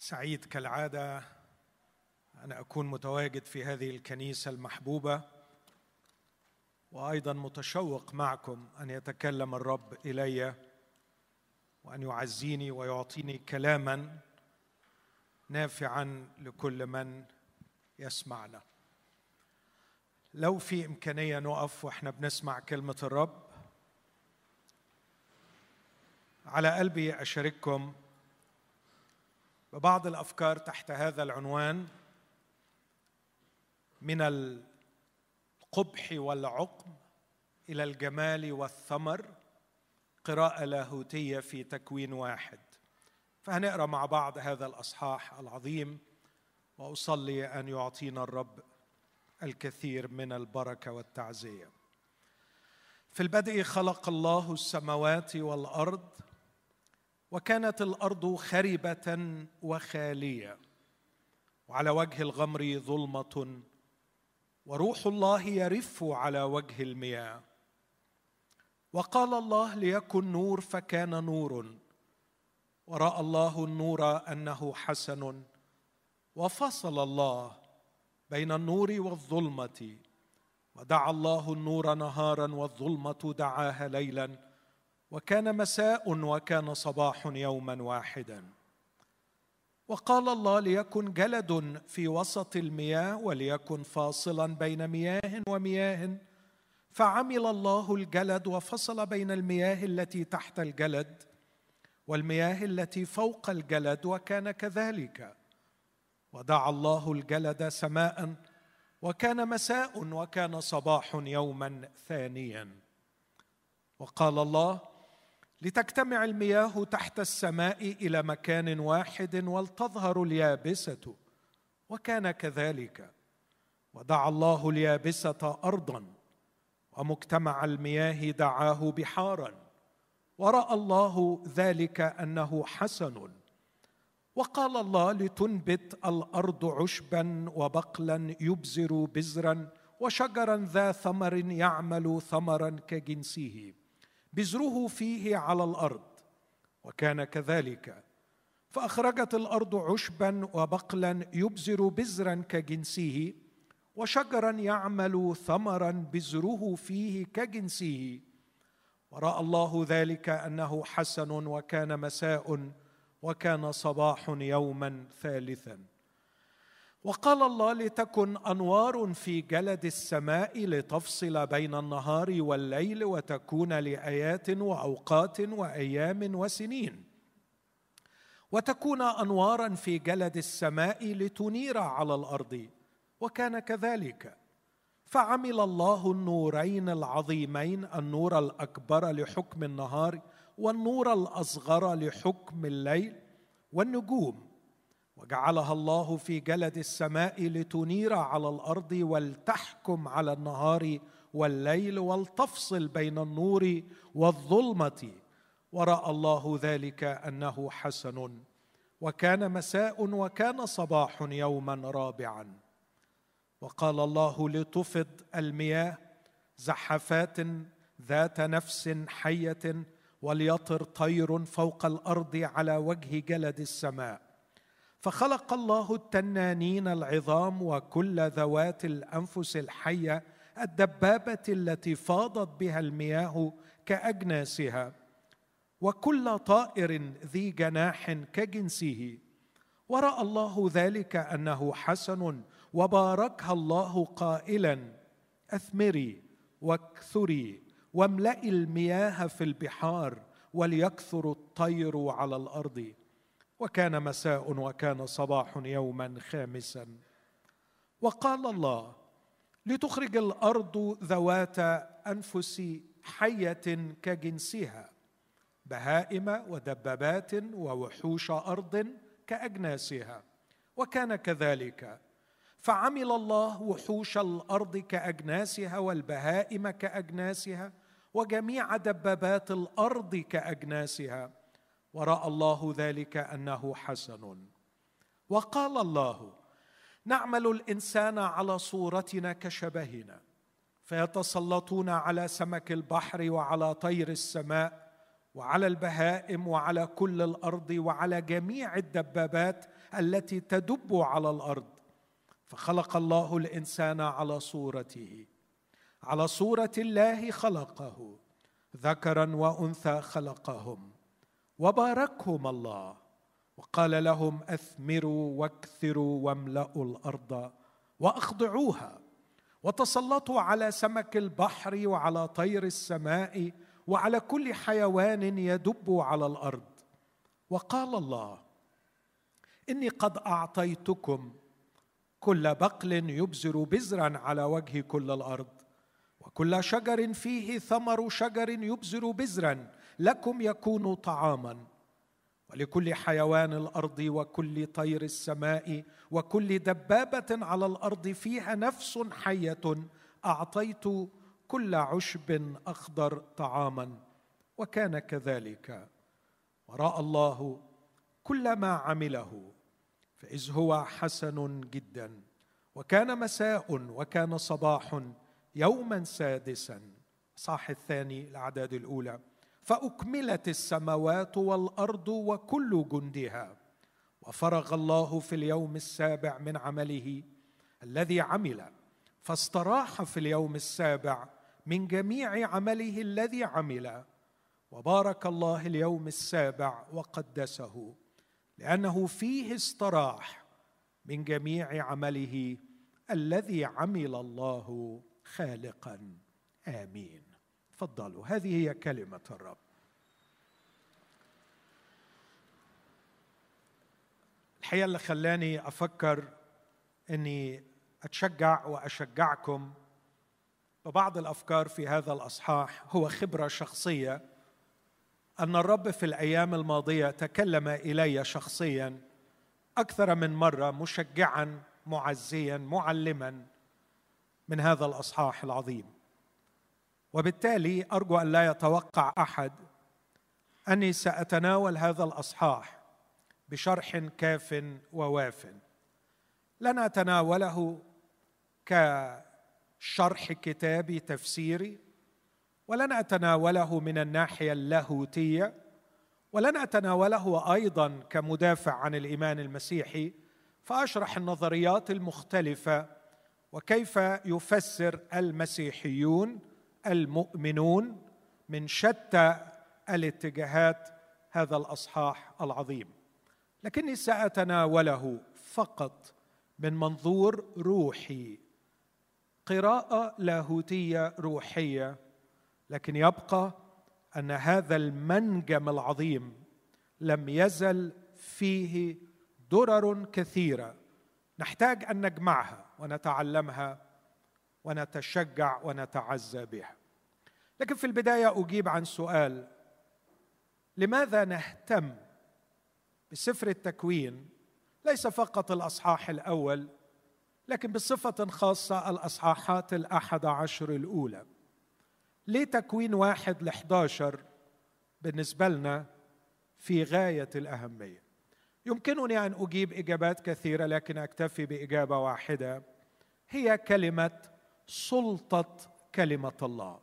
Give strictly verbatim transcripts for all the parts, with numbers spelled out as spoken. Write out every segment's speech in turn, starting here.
سعيد كالعادة أن أكون متواجد في هذه الكنيسة المحبوبة، وأيضا متشوق معكم أن يتكلم الرب إلي وأن يعزيني ويعطيني كلاما نافعا لكل من يسمعنا. لو في إمكانية نقف وإحنا بنسمع كلمة الرب، على قلبي أشارككم ببعض الأفكار تحت هذا العنوان: من القبح والعقم إلى الجمال والثمر، قراءة لاهوتية في تكوين واحد. فهنقرأ مع بعض هذا الأصحاح العظيم، وأصلي أن يعطينا الرب الكثير من البركة والتعزية. في البدء خلق الله السماوات والأرض، وكانت الأرض خربة وخالية، وعلى وجه الغمر ظلمة، وروح الله يرف على وجه المياه. وقال الله: ليكن نور، فكان نور. ورأى الله النور أنه حسن، وفصل الله بين النور والظلمة، ودعا الله النور نهارا والظلمة دعاها ليلا، وكان مساء وكان صباح يوما واحدا. وقال الله: ليكن جلد في وسط المياه، وليكن فاصلا بين مياه ومياه. فعمل الله الجلد وفصل بين المياه التي تحت الجلد والمياه التي فوق الجلد، وكان كذلك. ودعا الله الجلد سماء، وكان مساء وكان صباح يوما ثانيا. وقال الله: لتجتمع المياه تحت السماء إلى مكان واحد، ولتظهر اليابسة، وكان كذلك. ودعا الله اليابسة أرضا، ومجتمع المياه دعاه بحارا. ورأى الله ذلك أنه حسن. وقال الله: لتنبت الأرض عشبا وبقلا يبزر بزرا، وشجرا ذا ثمر يعمل ثمرا كجنسه، بزره فيه على الأرض. وكان كذلك. فأخرجت الأرض عشبا وبقلا يبزر بزرا كجنسه، وشجرا يعمل ثمرا بزره فيه كجنسه. ورأى الله ذلك أنه حسن، وكان مساء وكان صباح يوما ثالثا. وقال الله: لتكن أنوار في جلد السماء لتفصل بين النهار والليل، وتكون لآيات وأوقات وأيام وسنين. وتكون أنوارا في جلد السماء لتنير على الأرض، وكان كذلك. فعمل الله النورين العظيمين، النور الأكبر لحكم النهار والنور الأصغر لحكم الليل، والنجوم. وجعلها الله في جلد السماء لتنير على الأرض، ولتحكم على النهار والليل، ولتفصل بين النور والظلمة. ورأى الله ذلك أنه حسن، وكان مساء وكان صباح يوما رابعا. وقال الله: لتفض المياه زحفات ذات نفس حية، وليطر طير فوق الأرض على وجه جلد السماء. فخلق الله التنانين العظام وكل ذوات الأنفس الحية، الدبابة التي فاضت بها المياه كأجناسها، وكل طائر ذي جناح كجنسه. ورأى الله ذلك أنه حسن، وباركها الله قائلا: أثمري واكثري، واملئي المياه في البحار، وليكثر الطير على الأرض. وكان مساء وكان صباح يوما خامسا. وقال الله: لتخرج الأرض ذوات أنفس حية كجنسها، بهائم ودبابات ووحوش أرض كأجناسها. وكان كذلك. فعمل الله وحوش الأرض كأجناسها، والبهائم كأجناسها، وجميع دبابات الأرض كأجناسها. ورأى الله ذلك أنه حسن. وقال الله: نعمل الإنسان على صورتنا كشبهنا، فيتسلطون على سمك البحر وعلى طير السماء وعلى البهائم وعلى كل الأرض وعلى جميع الدبابات التي تدب على الأرض. فخلق الله الإنسان على صورته، على صورة الله خلقه، ذكرا وأنثى خلقهم، وباركهم الله وقال لهم: أثمروا واكثروا واملأوا الأرض وأخضعوها، وتسلطوا على سمك البحر وعلى طير السماء وعلى كل حيوان يدب على الأرض. وقال الله: إني قد أعطيتكم كل بقل يبزر بزرا على وجه كل الأرض، وكل شجر فيه ثمر شجر يبزر بزرا لكم يكون طعاما، ولكل حيوان الأرض وكل طير السماء وكل دبابة على الأرض فيها نفس حية أعطيت كل عشب أخضر طعاما. وكان كذلك. ورأى الله كل ما عمله فإذ هو حسن جدا. وكان مساء وكان صباح يوما سادسا. صح الثاني الأعداد الأولى. فأكملت السماوات والأرض وكل جندها، وفرغ الله في اليوم السابع من عمله الذي عمل، فاستراح في اليوم السابع من جميع عمله الذي عمل. وبارك الله اليوم السابع وقدسه، لأنه فيه استراح من جميع عمله الذي عمل الله خالقا. آمين. تفضلوا، هذه هي كلمة الرب. الحقيقة اللي خلاني أفكر أني أتشجع وأشجعكم ببعض الأفكار في هذا الأصحاح هو خبرة شخصية، أن الرب في الأيام الماضية تكلم إلي شخصيا أكثر من مرة، مشجعا معزيا معلما من هذا الأصحاح العظيم. وبالتالي أرجو أن لا يتوقع أحد أني سأتناول هذا الأصحاح بشرح كاف وواف. لن أتناوله كشرح كتابي تفسيري، ولن أتناوله من الناحية اللاهوتية، ولن أتناوله أيضا كمدافع عن الإيمان المسيحي فأشرح النظريات المختلفة وكيف يفسر المسيحيون المؤمنون من شتى الاتجاهات هذا الأصحاح العظيم، لكني سأتناوله فقط من منظور روحي، قراءة لاهوتية روحية. لكن يبقى أن هذا المنجم العظيم لم يزل فيه درر كثيرة نحتاج أن نجمعها ونتعلمها ونتشجع ونتعزى بها. لكن في البداية أجيب عن سؤال: لماذا نهتم بسفر التكوين، ليس فقط الأصحاح الأول لكن بصفة خاصة الأصحاحات الأحد عشر الأولى؟ ليه تكوين واحد لحداشر بالنسبة لنا في غاية الأهمية؟ يمكنني أن أجيب إجابات كثيرة لكن أكتفي بإجابة واحدة، هي كلمة سلطة كلمة الله.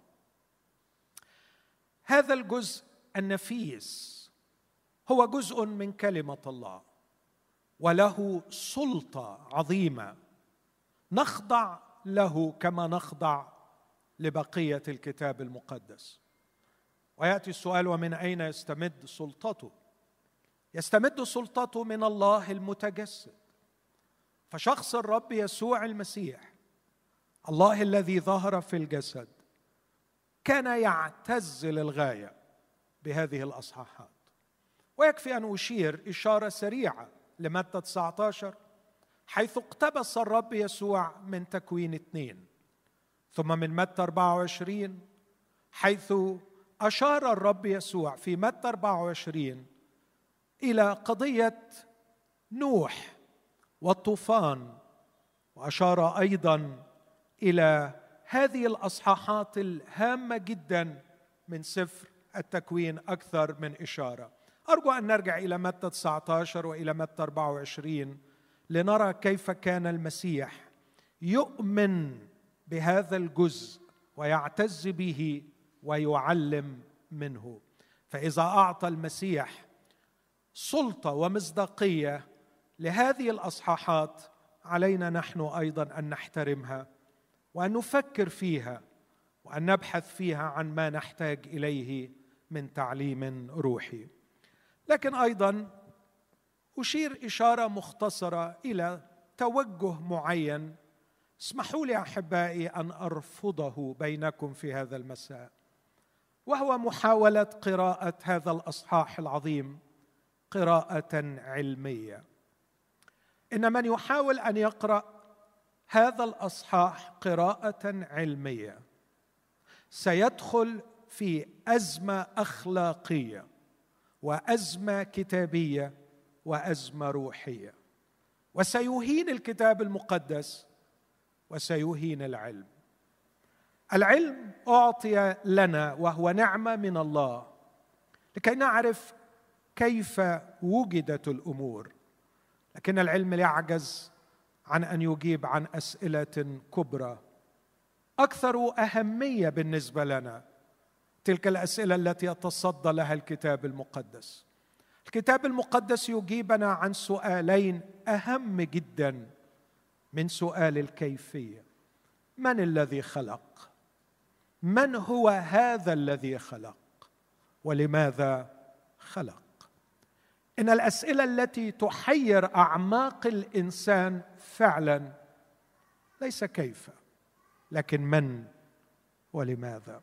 هذا الجزء النفيس هو جزء من كلمة الله وله سلطة عظيمة نخضع له كما نخضع لبقية الكتاب المقدس. ويأتي السؤال: ومن أين يستمد سلطته؟ يستمد سلطته من الله المتجسد. فشخص الرب يسوع المسيح، الله الذي ظهر في الجسد، كان يعتز للغاية بهذه الأصحاحات. ويكفي أن أشير إشارة سريعة لمتى تسعة عشر، حيث اقتبس الرب يسوع من تكوين اثنين، ثم من متى أربعة وعشرين حيث أشار الرب يسوع في متى أربعة وعشرين إلى قضية نوح والطوفان، وأشار أيضا إلى هذه الأصحاحات الهامة جدا من سفر التكوين أكثر من إشارة. أرجو أن نرجع إلى متى تسعة عشر وإلى متى أربعة وعشرين لنرى كيف كان المسيح يؤمن بهذا الجزء ويعتز به ويعلم منه. فإذا أعطى المسيح سلطة ومصداقية لهذه الأصحاحات، علينا نحن أيضا أن نحترمها وأن نفكر فيها وأن نبحث فيها عن ما نحتاج إليه من تعليم روحي. لكن أيضا أشير إشارة مختصرة إلى توجه معين اسمحوا لي أحبائي أن أرفضه بينكم في هذا المساء، وهو محاولة قراءة هذا الأصحاح العظيم قراءة علمية. إن من يحاول أن يقرأ هذا الأصحاح قراءة علمية سيدخل في أزمة أخلاقية وأزمة كتابية وأزمة روحية، وسيهين الكتاب المقدس وسيهين العلم. العلم أعطي لنا وهو نعمة من الله لكي نعرف كيف وجدت الأمور، لكن العلم يعجز عن أن يجيب عن أسئلة كبرى أكثر أهمية بالنسبة لنا، تلك الأسئلة التي يتصدى لها الكتاب المقدس. الكتاب المقدس يجيبنا عن سؤالين أهم جدا من سؤال الكيفية: من الذي خلق؟ من هو هذا الذي خلق؟ ولماذا خلق؟ إن الأسئلة التي تحير أعماق الإنسان فعلا ليس كيف، لكن من ولماذا.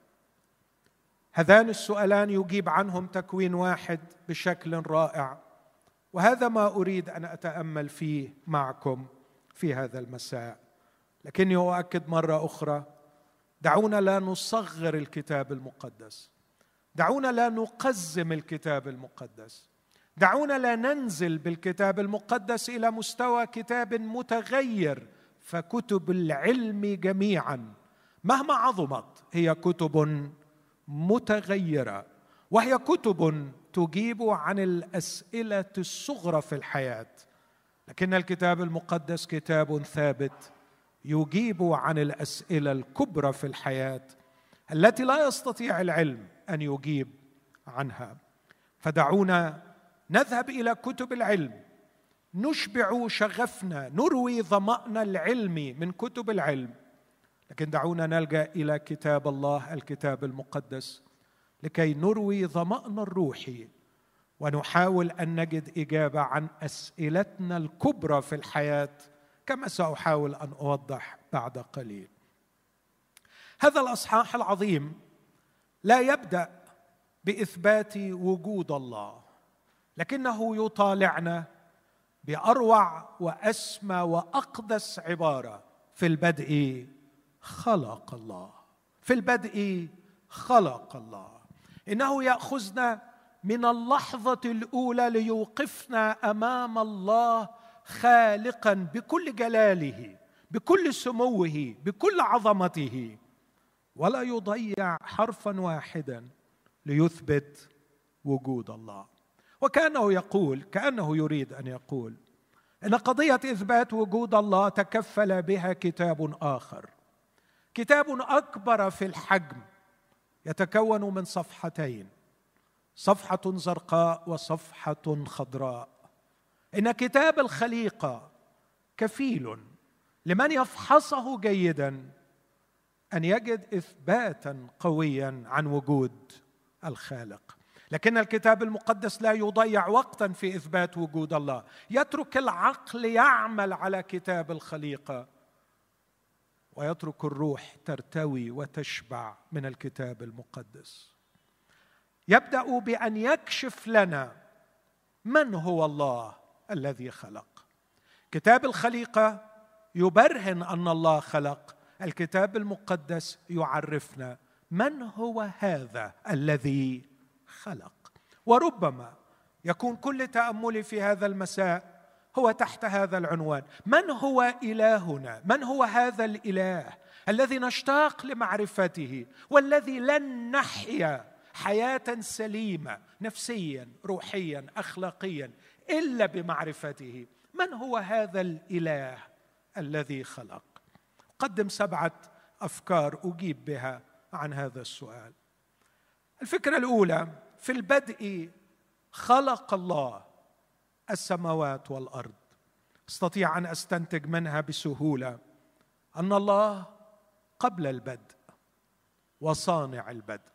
هذان السؤالان يجيب عنهم تكوين واحد بشكل رائع، وهذا ما أريد أن أتأمل فيه معكم في هذا المساء. لكني أؤكد مرة أخرى، دعونا لا نصغر الكتاب المقدس، دعونا لا نقزم الكتاب المقدس، دعونا لا ننزل بالكتاب المقدس إلى مستوى كتاب متغير. فكتب العلم جميعا مهما عظمت هي كتب متغيرة، وهي كتب تجيب عن الأسئلة الصغرى في الحياة، لكن الكتاب المقدس كتاب ثابت يجيب عن الأسئلة الكبرى في الحياة التي لا يستطيع العلم أن يجيب عنها. فدعونا نذهب إلى كتب العلم، نشبع شغفنا، نروي ظمأنا العلمي من كتب العلم، لكن دعونا نلجأ إلى كتاب الله الكتاب المقدس لكي نروي ظمأنا الروحي ونحاول أن نجد إجابة عن أسئلتنا الكبرى في الحياة، كما سأحاول أن أوضح بعد قليل. هذا الأصحاح العظيم لا يبدأ بإثبات وجود الله، لكنه يطالعنا بأروع وأسمى وأقدس عبارة: في البدء خلق الله. في البدء خلق الله. إنه يأخذنا من اللحظة الأولى ليوقفنا أمام الله خالقا بكل جلاله، بكل سموه، بكل عظمته، ولا يضيع حرفا واحدا ليثبت وجود الله. وكأنه يقول، كأنه يريد أن يقول إن قضية إثبات وجود الله تكفل بها كتاب آخر، كتاب أكبر في الحجم يتكون من صفحتين، صفحة زرقاء وصفحة خضراء. إن كتاب الخليقة كفيل لمن يفحصه جيدا أن يجد إثباتا قويا عن وجود الخالق. لكن الكتاب المقدس لا يضيع وقتا في إثبات وجود الله، يترك العقل يعمل على كتاب الخليقة ويترك الروح ترتوي وتشبع من الكتاب المقدس. يبدأ بأن يكشف لنا من هو الله الذي خلق. كتاب الخليقة يبرهن أن الله خلق، الكتاب المقدس يعرفنا من هو هذا الذي خلق. وربما يكون كل تأملي في هذا المساء هو تحت هذا العنوان: من هو إلهنا؟ من هو هذا الإله الذي نشتاق لمعرفته والذي لن نحيا حياة سليمة نفسيا روحيا أخلاقيا إلا بمعرفته؟ من هو هذا الإله الذي خلق؟ قدم سبعة أفكار أجيب بها عن هذا السؤال. الفكرة الأولى: في البدء خلق الله السماوات والأرض، استطيع أن أستنتج منها بسهولة أن الله قبل البدء وصانع البدء.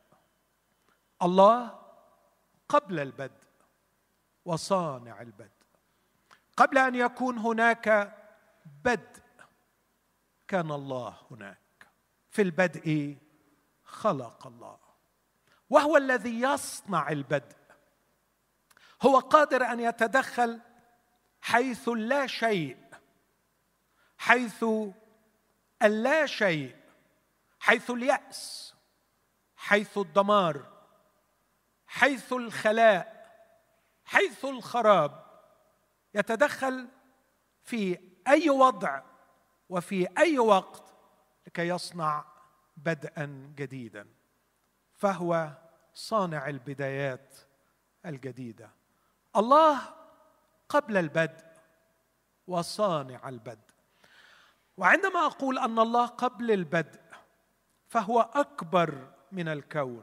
الله قبل البدء وصانع البدء. قبل أن يكون هناك بدء كان الله هناك. في البدء خلق الله، وهو الذي يصنع البدء. هو قادر أن يتدخل حيث لا شيء، حيث اللا شيء، حيث اليأس، حيث الدمار، حيث الخلاء، حيث الخراب. يتدخل في أي وضع وفي أي وقت لكي يصنع بدءا جديدا. فهو صانع البدايات الجديدة. الله قبل البدء وصانع البدء. وعندما أقول أن الله قبل البدء فهو أكبر من الكون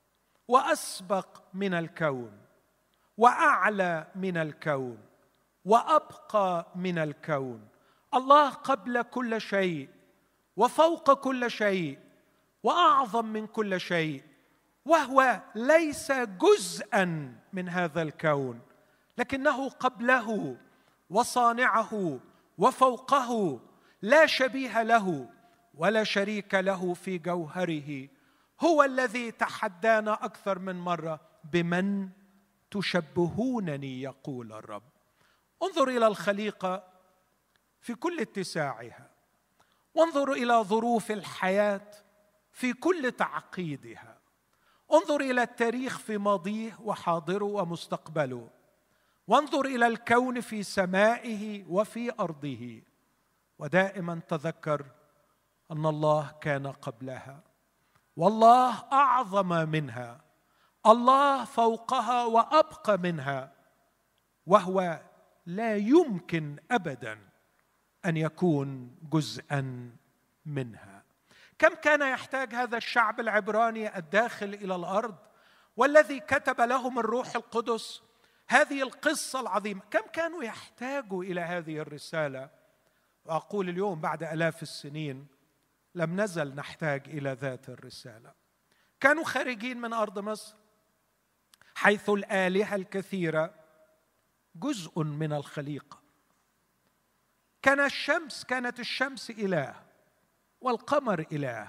وأسبق من الكون وأعلى من الكون وأبقى من الكون. الله قبل كل شيء وفوق كل شيء وأعظم من كل شيء، وهو ليس جزءا من هذا الكون، لكنه قبله وصانعه وفوقه، لا شبيه له ولا شريك له في جوهره. هو الذي تحدانا أكثر من مرة: بمن تشبهونني يقول الرب. انظر إلى الخليقة في كل اتساعها، وانظر إلى ظروف الحياة في كل تعقيدها، انظر إلى التاريخ في ماضيه وحاضره ومستقبله، وانظر إلى الكون في سمائه وفي أرضه، ودائما تذكر أن الله كان قبلها، والله أعظم منها، الله فوقها وأبقى منها، وهو لا يمكن أبدا أن يكون جزءا منها. كم كان يحتاج هذا الشعب العبراني الداخل إلى الأرض والذي كتب لهم الروح القدس هذه القصة العظيمة، كم كانوا يحتاجوا إلى هذه الرسالة. وأقول اليوم بعد آلاف السنين لم نزل نحتاج إلى ذات الرسالة. كانوا خارجين من أرض مصر حيث الآلهة الكثيرة جزء من الخليقة. كان الشمس كانت الشمس إله، والقمر إله،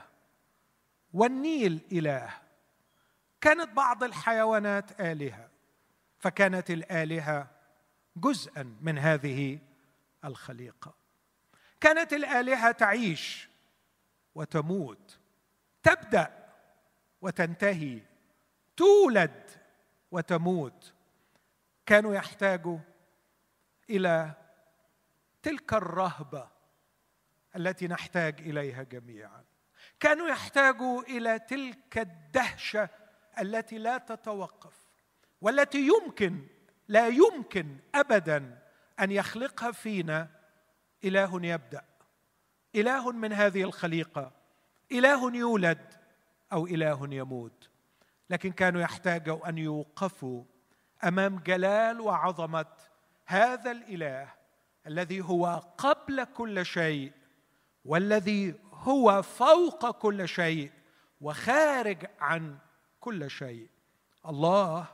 والنيل إله. كانت بعض الحيوانات آلهة، فكانت الآلهة جزءا من هذه الخليقة. كانت الآلهة تعيش وتموت، تبدأ وتنتهي، تولد وتموت. كانوا يحتاجوا إلى تلك الرهبة التي نحتاج إليها جميعا. كانوا يحتاجوا إلى تلك الدهشة التي لا تتوقف، والتي يمكن لا يمكن أبدا أن يخلقها فينا إله يبدأ، إله من هذه الخليقة، إله يولد أو إله يموت. لكن كانوا يحتاجوا أن يوقفوا أمام جلال وعظمة هذا الإله الذي هو قبل كل شيء، والذي هو فوق كل شيء وخارج عن كل شيء. الله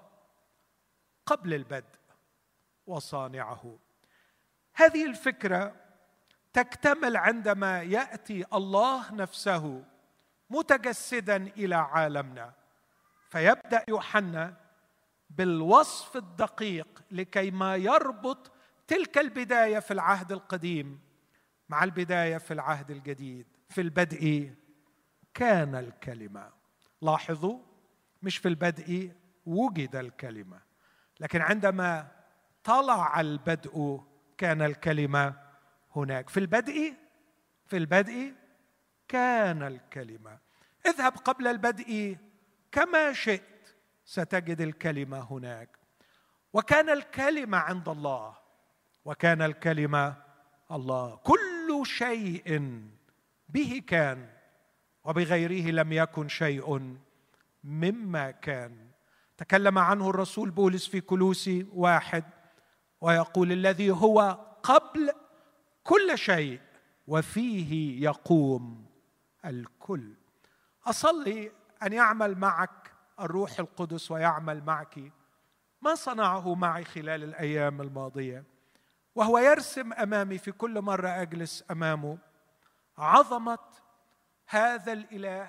قبل البدء وصانعه. هذه الفكرة تكتمل عندما يأتي الله نفسه متجسدا إلى عالمنا، فيبدأ يوحنا بالوصف الدقيق لكي ما يربط تلك البداية في العهد القديم مع البداية في العهد الجديد. في البدء كان الكلمة. لاحظوا، مش في البدء وجد الكلمة، لكن عندما طلع البدء كان الكلمة هناك. في البدء في البدء كان الكلمة. اذهب قبل البدء كما شئت ستجد الكلمة هناك. وكان الكلمة عند الله، وكان الكلمة الله. كل شيء به كان، وبغيره لم يكن شيء مما كان. تكلم عنه الرسول بولس في كولوسي واحد ويقول: الذي هو قبل كل شيء وفيه يقوم الكل. أصلي أن يعمل معك الروح القدس ويعمل معك ما صنعه معي خلال الأيام الماضية، وهو يرسم أمامي في كل مرة أجلس أمامه عظمة هذا الإله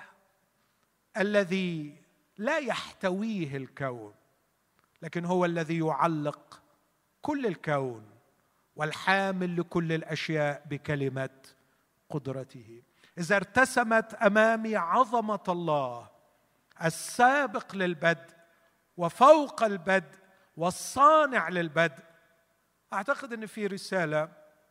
الذي لا يحتويه الكون، لكن هو الذي يعلق كل الكون والحامل لكل الأشياء بكلمة قدرته. إذا ارتسمت أمامي عظمة الله السابق للبدء وفوق البدء والصانع للبدء، أعتقد أن في رسالة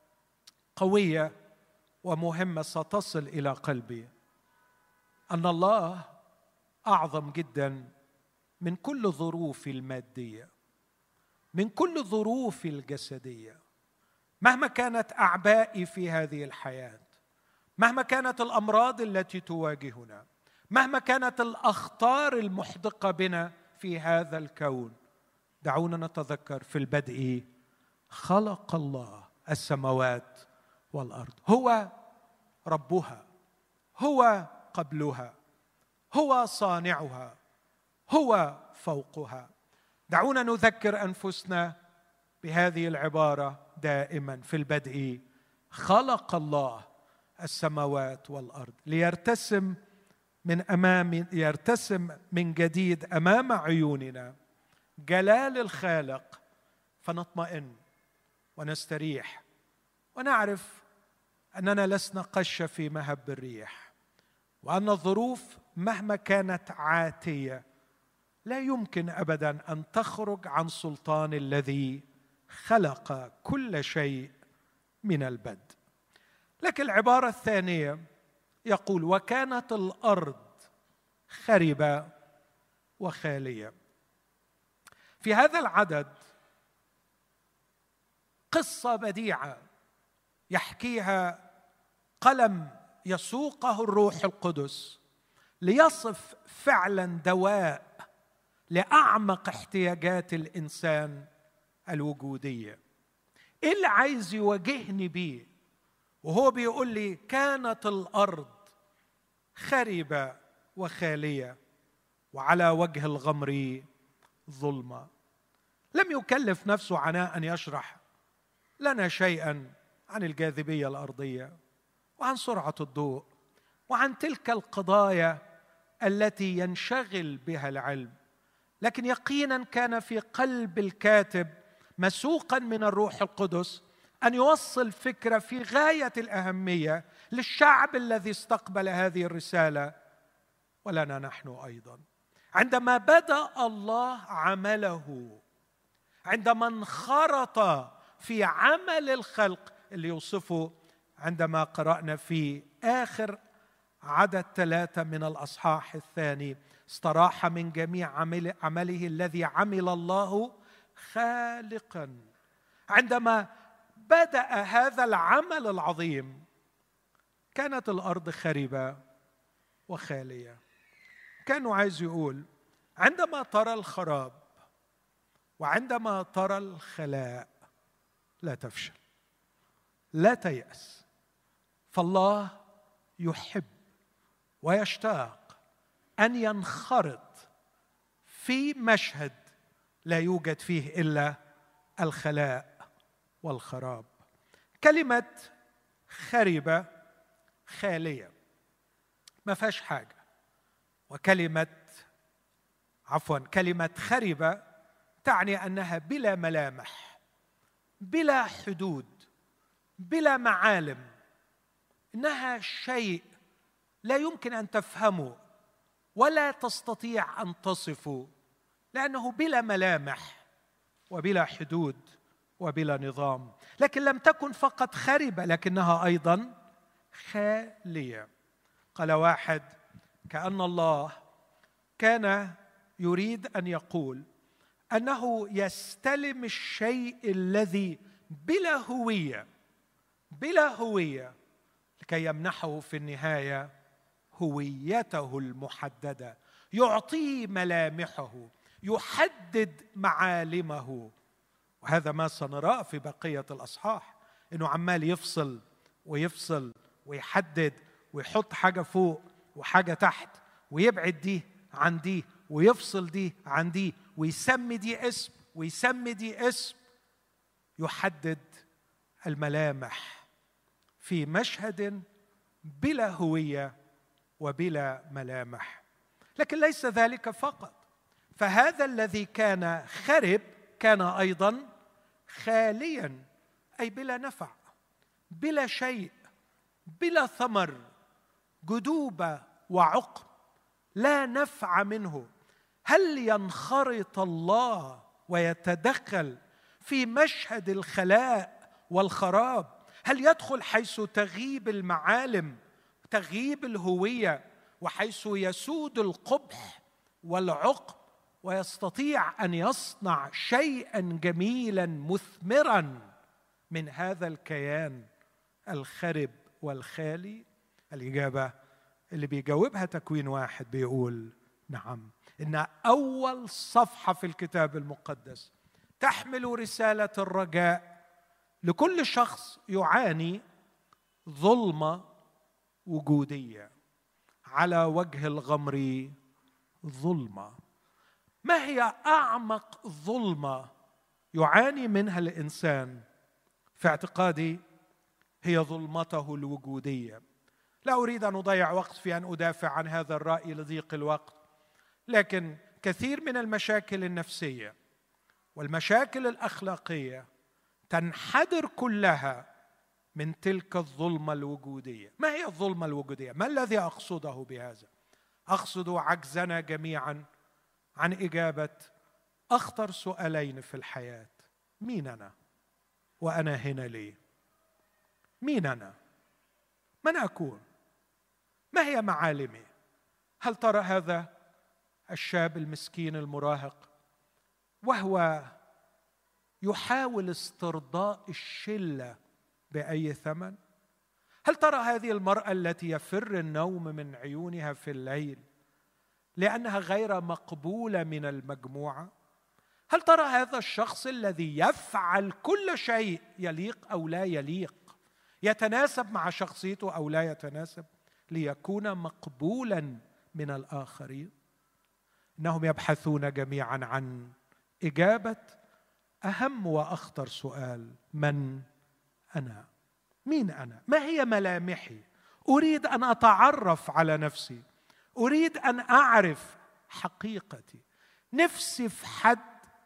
قوية ومهمة ستصل إلى قلبي، أن الله أعظم جدا من كل ظروفي المادية، من كل ظروفي الجسدية، مهما كانت أعبائي في هذه الحياة، مهما كانت الأمراض التي تواجهنا، مهما كانت الأخطار المحدقة بنا في هذا الكون. دعونا نتذكر في البدء خلق الله السماوات والأرض، هو ربها، هو قبلها، هو صانعها، هو فوقها. دعونا نذكر أنفسنا بهذه العبارة دائما: في البدء خلق الله السماوات والأرض، ليرتسم من أمام يرتسم من جديد أمام عيوننا جلال الخالق، فنطمئن ونستريح ونعرف أننا لسنا قشة في مهب الريح، وأن الظروف مهما كانت عاتية لا يمكن أبدا أن تخرج عن سلطان الذي خلق كل شيء من البدء. لكن العبارة الثانية يقول: وكانت الأرض خربة وخالية. في هذا العدد قصة بديعة يحكيها قلم يسوقه الروح القدس ليصف فعلا دواء لأعمق احتياجات الإنسان الوجودية. إيه اللي عايز يواجهني بيه وهو بيقول لي كانت الأرض خربة وخالية وعلى وجه الغمر ظلمة؟ لم يكلف نفسه عناء أن يشرح لنا شيئا عن الجاذبية الأرضية وعن سرعة الضوء وعن تلك القضايا التي ينشغل بها العلم، لكن يقينا كان في قلب الكاتب مسوقا من الروح القدس أن يوصل فكرة في غاية الأهمية للشعب الذي استقبل هذه الرسالة ولنا نحن أيضا. عندما بدأ الله عمله، عندما انخرط في عمل الخلق اللي يوصفه عندما قرأنا في آخر عدد ثلاثة من الأصحاح الثاني: استراح من جميع عمل عمله الذي عمل الله خالقا. عندما بدأ هذا العمل العظيم كانت الأرض خربة وخالية. كانوا عايز يقول: عندما ترى الخراب وعندما ترى الخلاء لا تفشل، لا تيأس، فالله يحب ويشتاق أن ينخرط في مشهد لا يوجد فيه إلا الخلاء والخراب. كلمة خربة خالية ما فيهاش حاجة، وكلمة عفوا كلمة خربة تعني أنها بلا ملامح، بلا حدود، بلا معالم، إنها شيء لا يمكن أن تفهمه ولا تستطيع أن تصفه، لأنه بلا ملامح وبلا حدود وبلا نظام. لكن لم تكن فقط خربة، لكنها أيضا خالية. قال واحد: كأن الله كان يريد أن يقول أنه يستلم الشيء الذي بلا هوية بلا هوية لكي يمنحه في النهاية هويته المحددة، يعطيه ملامحه، يحدد معالمه. وهذا ما سنراه في بقية الأصحاح، إنه عمال يفصل ويفصل ويحدد ويحط حاجة فوق وحاجة تحت، ويبعد دي عن دي ويفصل دي عن دي، ويسمي دي اسم ويسمي دي اسم، يحدد الملامح في مشهد بلا هوية وبلا ملامح. لكن ليس ذلك فقط، فهذا الذي كان خرب كان أيضا خاليا، أي بلا نفع، بلا شيء، بلا ثمر، جدوبة وعقم، لا نفع منه. هل ينخرط الله ويتدخل في مشهد الخلاء والخراب؟ هل يدخل حيث تغيب المعالم، تغيب الهوية، وحيث يسود القبح والعقم، ويستطيع أن يصنع شيئا جميلا مثمرا من هذا الكيان الخرب والخالي؟ الإجابة اللي بيجاوبها تكوين واحد بيقول نعم، إن أول صفحة في الكتاب المقدس تحمل رسالة الرجاء لكل شخص يعاني ظلمة وجودية. على وجه الغمر ظلمة. ما هي أعمق ظلمة يعاني منها الإنسان؟ في اعتقادي هي ظلمته الوجودية. لا أريد أن أضيع وقت في أن أدافع عن هذا الرأي لضيق الوقت، لكن كثير من المشاكل النفسية والمشاكل الأخلاقية تنحدر كلها من تلك الظلمة الوجودية. ما هي الظلمة الوجودية؟ ما الذي أقصده بهذا؟ أقصد عجزنا جميعا عن إجابة أخطر سؤالين في الحياة: مين أنا؟ وأنا هنا ليه؟ مين أنا؟ من أكون؟ ما هي معالمي؟ هل ترى هذا الشاب المسكين المراهق وهو يحاول استرضاء الشلة بأي ثمن؟ هل ترى هذه المرأة التي يفر النوم من عيونها في الليل لأنها غير مقبولة من المجموعة؟ هل ترى هذا الشخص الذي يفعل كل شيء يليق أو لا يليق، يتناسب مع شخصيته أو لا يتناسب، ليكون مقبولا من الآخرين؟ إنهم يبحثون جميعا عن إجابة أهم وأخطر سؤال: من أنا؟ مين أنا؟ ما هي ملامحي؟ أريد أن أتعرف على نفسي، أريد أن أعرف حقيقتي. نفسي في حد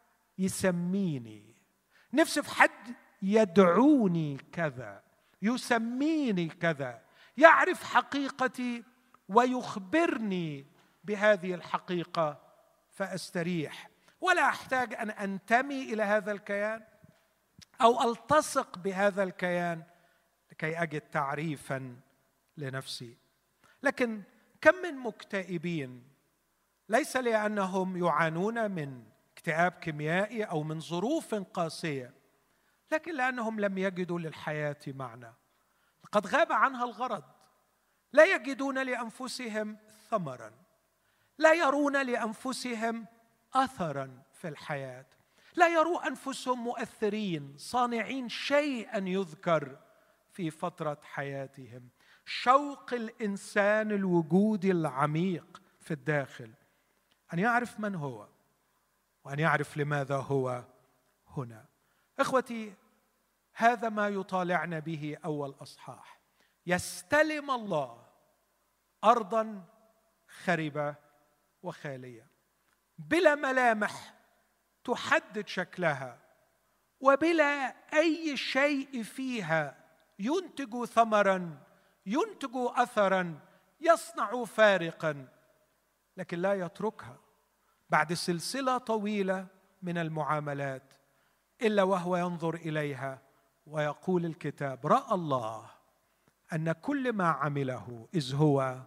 يسميني، نفسي في حد يدعوني كذا، يسميني كذا، يعرف حقيقتي ويخبرني بهذه الحقيقة فأستريح، ولا أحتاج أن أنتمي إلى هذا الكيان أو ألتصق بهذا الكيان لكي أجد تعريفا لنفسي. لكن كم من مكتئبين ليس لأنهم يعانون من اكتئاب كيميائي أو من ظروف قاسية، لكن لأنهم لم يجدوا للحياة معنى، قد غاب عنها الغرض، لا يجدون لأنفسهم ثمرا، لا يرون لأنفسهم أثرا في الحياة، لا يروا أنفسهم مؤثرين صانعين شيئا يذكر في فترة حياتهم. شوق الإنسان الوجودي العميق في الداخل أن يعرف من هو وأن يعرف لماذا هو هنا. إخوتي، هذا ما يطالعنا به أول أصحاح. يستلم الله أرضا خربة وخالية بلا ملامح تحدد شكلها، وبلا أي شيء فيها ينتج ثمرا، ينتج أثرا، يصنع فارقا، لكن لا يتركها بعد سلسلة طويلة من المعاملات إلا وهو ينظر إليها ويقول الكتاب: رأى الله أن كل ما عمله إذ هو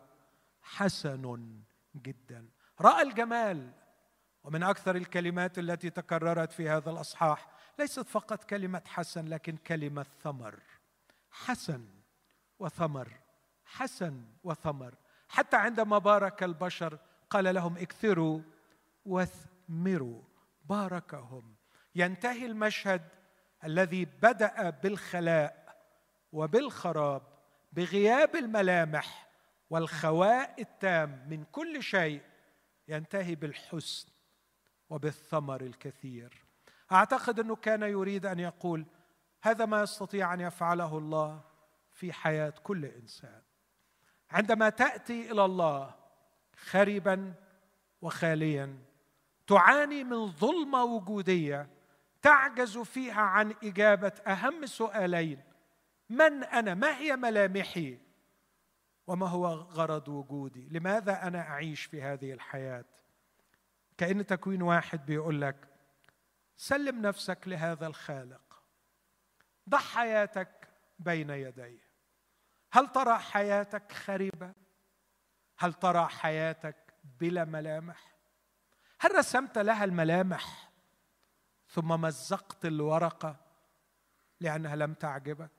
حسن جدا. رأى الجمال. ومن أكثر الكلمات التي تكررت في هذا الأصحاح ليست فقط كلمة حسن، لكن كلمة ثمر. حسن وثمر، حسن وثمر. حتى عندما بارك البشر قال لهم: اكثروا يثمروا، باركهم. ينتهي المشهد الذي بدأ بالخلاء وبالخراب، بغياب الملامح والخواء التام من كل شيء، ينتهي بالحسن وبالثمر الكثير. أعتقد أنه كان يريد أن يقول هذا ما يستطيع أن يفعله الله في حياة كل إنسان. عندما تأتي إلى الله خربا وخاليا، تعاني من ظلمة وجودية تعجز فيها عن إجابة أهم سؤالين: من أنا؟ ما هي ملامحي؟ وما هو غرض وجودي؟ لماذا أنا أعيش في هذه الحياة؟ كأن تكوين واحد بيقول لك سلم نفسك لهذا الخالق، ضع حياتك بين يديه. هل ترى حياتك خربة؟ هل ترى حياتك بلا ملامح؟ هل رسمت لها الملامح ثم مزقت الورقة لأنها لم تعجبك؟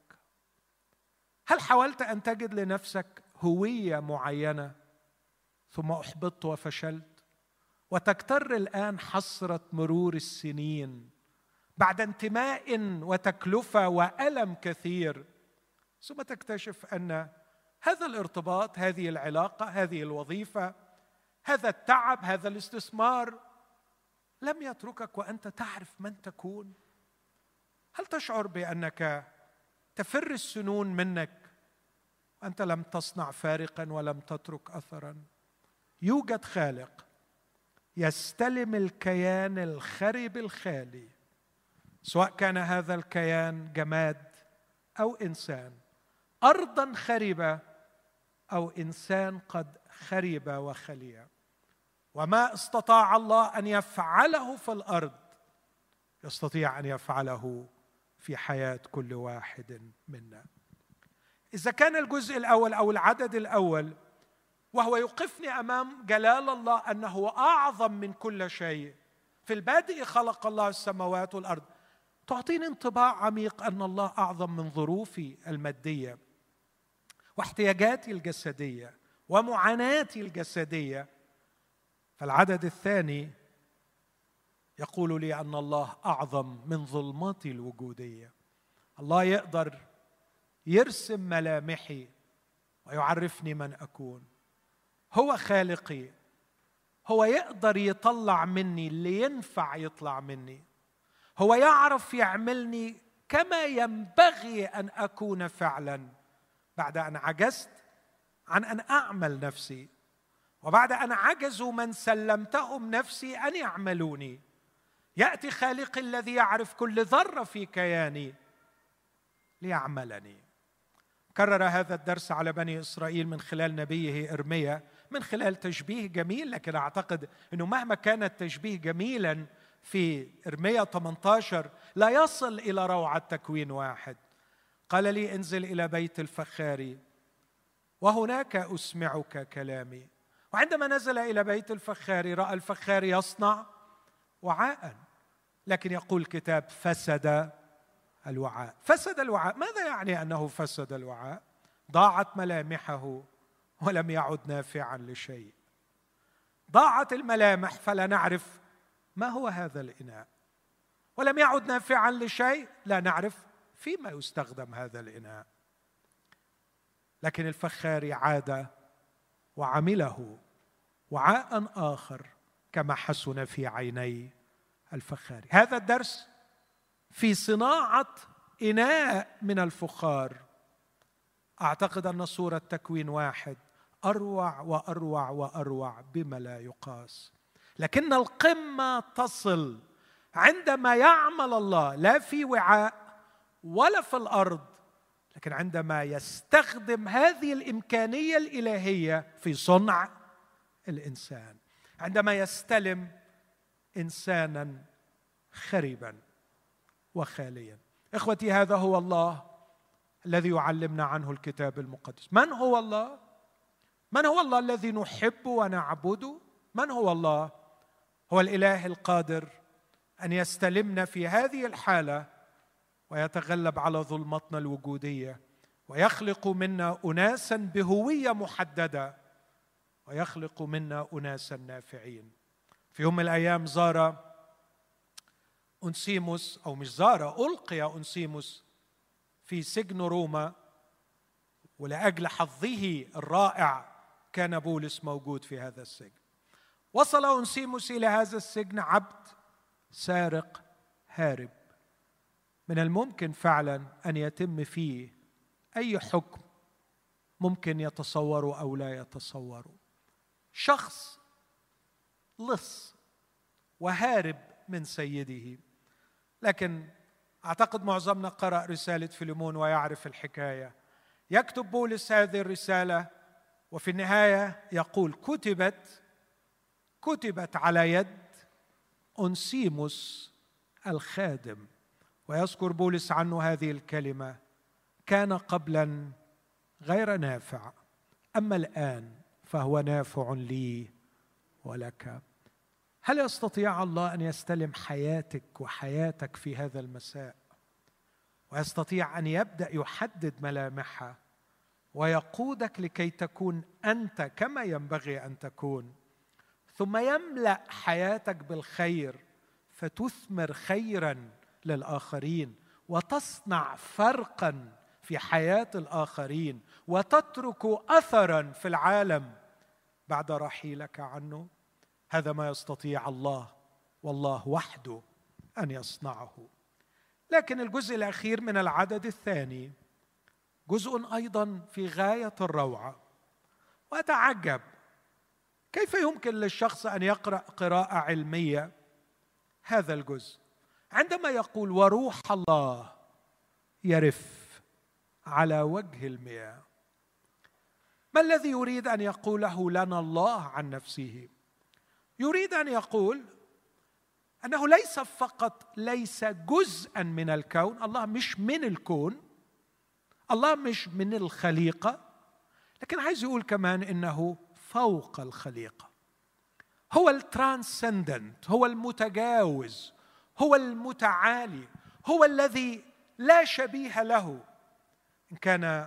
هل حاولت أن تجد لنفسك هوية معينة ثم أحبطت وفشلت، وتكتر الآن حسرة مرور السنين بعد انتماء وتكلفة وألم كثير، ثم تكتشف أن هذا الارتباط، هذه العلاقة، هذه الوظيفة، هذا التعب، هذا الاستثمار لم يتركك وأنت تعرف من تكون؟ هل تشعر بأنك تفر السنون منك وأنت لم تصنع فارقا ولم تترك أثرا؟ يوجد خالق يستلم الكيان الخرب الخالي، سواء كان هذا الكيان جماد أو إنسان، أرضا خربة أو إنسان قد خرب وخلي. وما استطاع الله أن يفعله في الأرض يستطيع أن يفعله في حياة كل واحد منا. إذا كان الجزء الأول أو العدد الأول وهو يوقفني أمام جلال الله أنه أعظم من كل شيء، في البادئ خلق الله السماوات والأرض، تعطيني انطباع عميق أن الله أعظم من ظروفي المادية واحتياجاتي الجسدية ومعاناتي الجسدية. فالعدد الثاني يقول لي أن الله أعظم من ظلماتي الوجودية. الله يقدر يرسم ملامحي ويعرفني من أكون. هو خالقي، هو يقدر يطلع مني اللي ينفع يطلع مني، هو يعرف يعملني كما ينبغي أن أكون فعلا، بعد أن عجزت عن أن أعمل نفسي، وبعد أن عجزوا من سلمتهم نفسي أن يعملوني، يأتي خالقي الذي يعرف كل ذرة في كياني ليعملني. كرر هذا الدرس على بني إسرائيل من خلال نبيه إرميا، من خلال تشبيه جميل، لكن أعتقد أنه مهما كان التشبيه جميلا في إرميا ثمانية عشر لا يصل إلى روعة تكوين واحد. قال لي انزل إلى بيت الفخار وهناك أسمعك كلامي. وعندما نزل إلى بيت الفخار رأى الفخار يصنع وعاء، لكن يقول الكتاب فسد الوعاء. فسد الوعاء، ماذا يعني أنه فسد الوعاء؟ ضاعت ملامحه ولم يعد نافعا لشيء. ضاعت الملامح فلا نعرف ما هو هذا الإناء، ولم يعد نافعا لشيء، لا نعرف فيما يستخدم هذا الإناء. لكن الفخار عاد وعمله وعاء آخر كما حسن في عيني الفخار. هذا الدرس في صناعة إناء من الفخار. أعتقد أن صورة تكوين واحد أروع وأروع وأروع بما لا يقاس، لكن القمة تصل عندما يعمل الله لا في وعاء ولا في الأرض، لكن عندما يستخدم هذه الإمكانية الإلهية في صنع الإنسان، عندما يستلم إنسانا خربا وخاليا. إخوتي، هذا هو الله الذي يعلمنا عنه الكتاب المقدس. من هو الله؟ من هو الله الذي نحب ونعبده؟ من هو الله؟ هو الإله القادر أن يستلمنا في هذه الحالة ويتغلب على ظلمتنا الوجودية، ويخلق منا أناسا بهوية محددة، ويخلق منا أناسا نافعين. في يوم من الأيام زار أونسيموس، أو مش زار، ألقي أونسيموس في سجن روما، ولأجل حظه الرائع كان بولس موجود في هذا السجن. وصل أونسيموس إلى هذا السجن عبد سارق هارب، من الممكن فعلا أن يتم فيه أي حكم ممكن يتصوروا أو لا يتصوروا. شخص لص وهارب من سيده، لكن أعتقد معظمنا قرأ رسالة فيليمون ويعرف الحكاية. يكتب بولس هذه الرسالة وفي النهاية يقول: كتبت كتبت على يد أونسيموس الخادم. ويذكر بولس عنه هذه الكلمة: كان قبلا غير نافع، أما الآن فهو نافع لي ولك. هل يستطيع الله أن يستلم حياتك وحياتك في هذا المساء، ويستطيع أن يبدأ يحدد ملامحها ويقودك لكي تكون أنت كما ينبغي أن تكون، ثم يملأ حياتك بالخير فتثمر خيرا للآخرين وتصنع فرقا في حياة الآخرين وتترك أثرا في العالم بعد رحيلك عنه؟ هذا ما يستطيع الله والله وحده أن يصنعه. لكن الجزء الأخير من العدد الثاني جزء أيضا في غاية الروعة، وأتعجب كيف يمكن للشخص أن يقرأ قراءة علمية هذا الجزء عندما يقول: وروح الله يرف على وجه المياه. ما الذي يريد أن يقوله لنا الله عن نفسه؟ يريد أن يقول أنه ليس فقط ليس جزءا من الكون، الله مش من الكون، الله مش من الخليقة، لكن عايز يقول كمان إنه فوق الخليقة، هو الترانسندنت، هو المتجاوز، هو المتعالي، هو الذي لا شبيه له. إن كان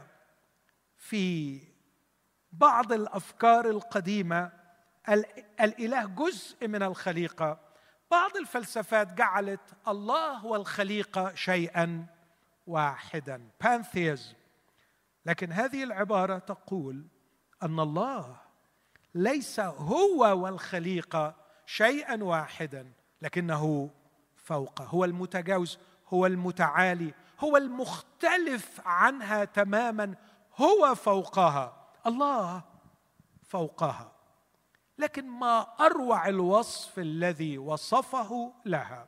في بعض الأفكار القديمة الإله جزء من الخليقة، بعض الفلسفات جعلت الله والخليقة شيئا واحدا، بانثيزم. لكن هذه العبارة تقول أن الله ليس هو والخليقة شيئا واحدا، لكنه فوقه، هو المتجاوز، هو المتعالي، هو المختلف عنها تماما، هو فوقها، الله فوقها. لكن ما أروع الوصف الذي وصفه لها: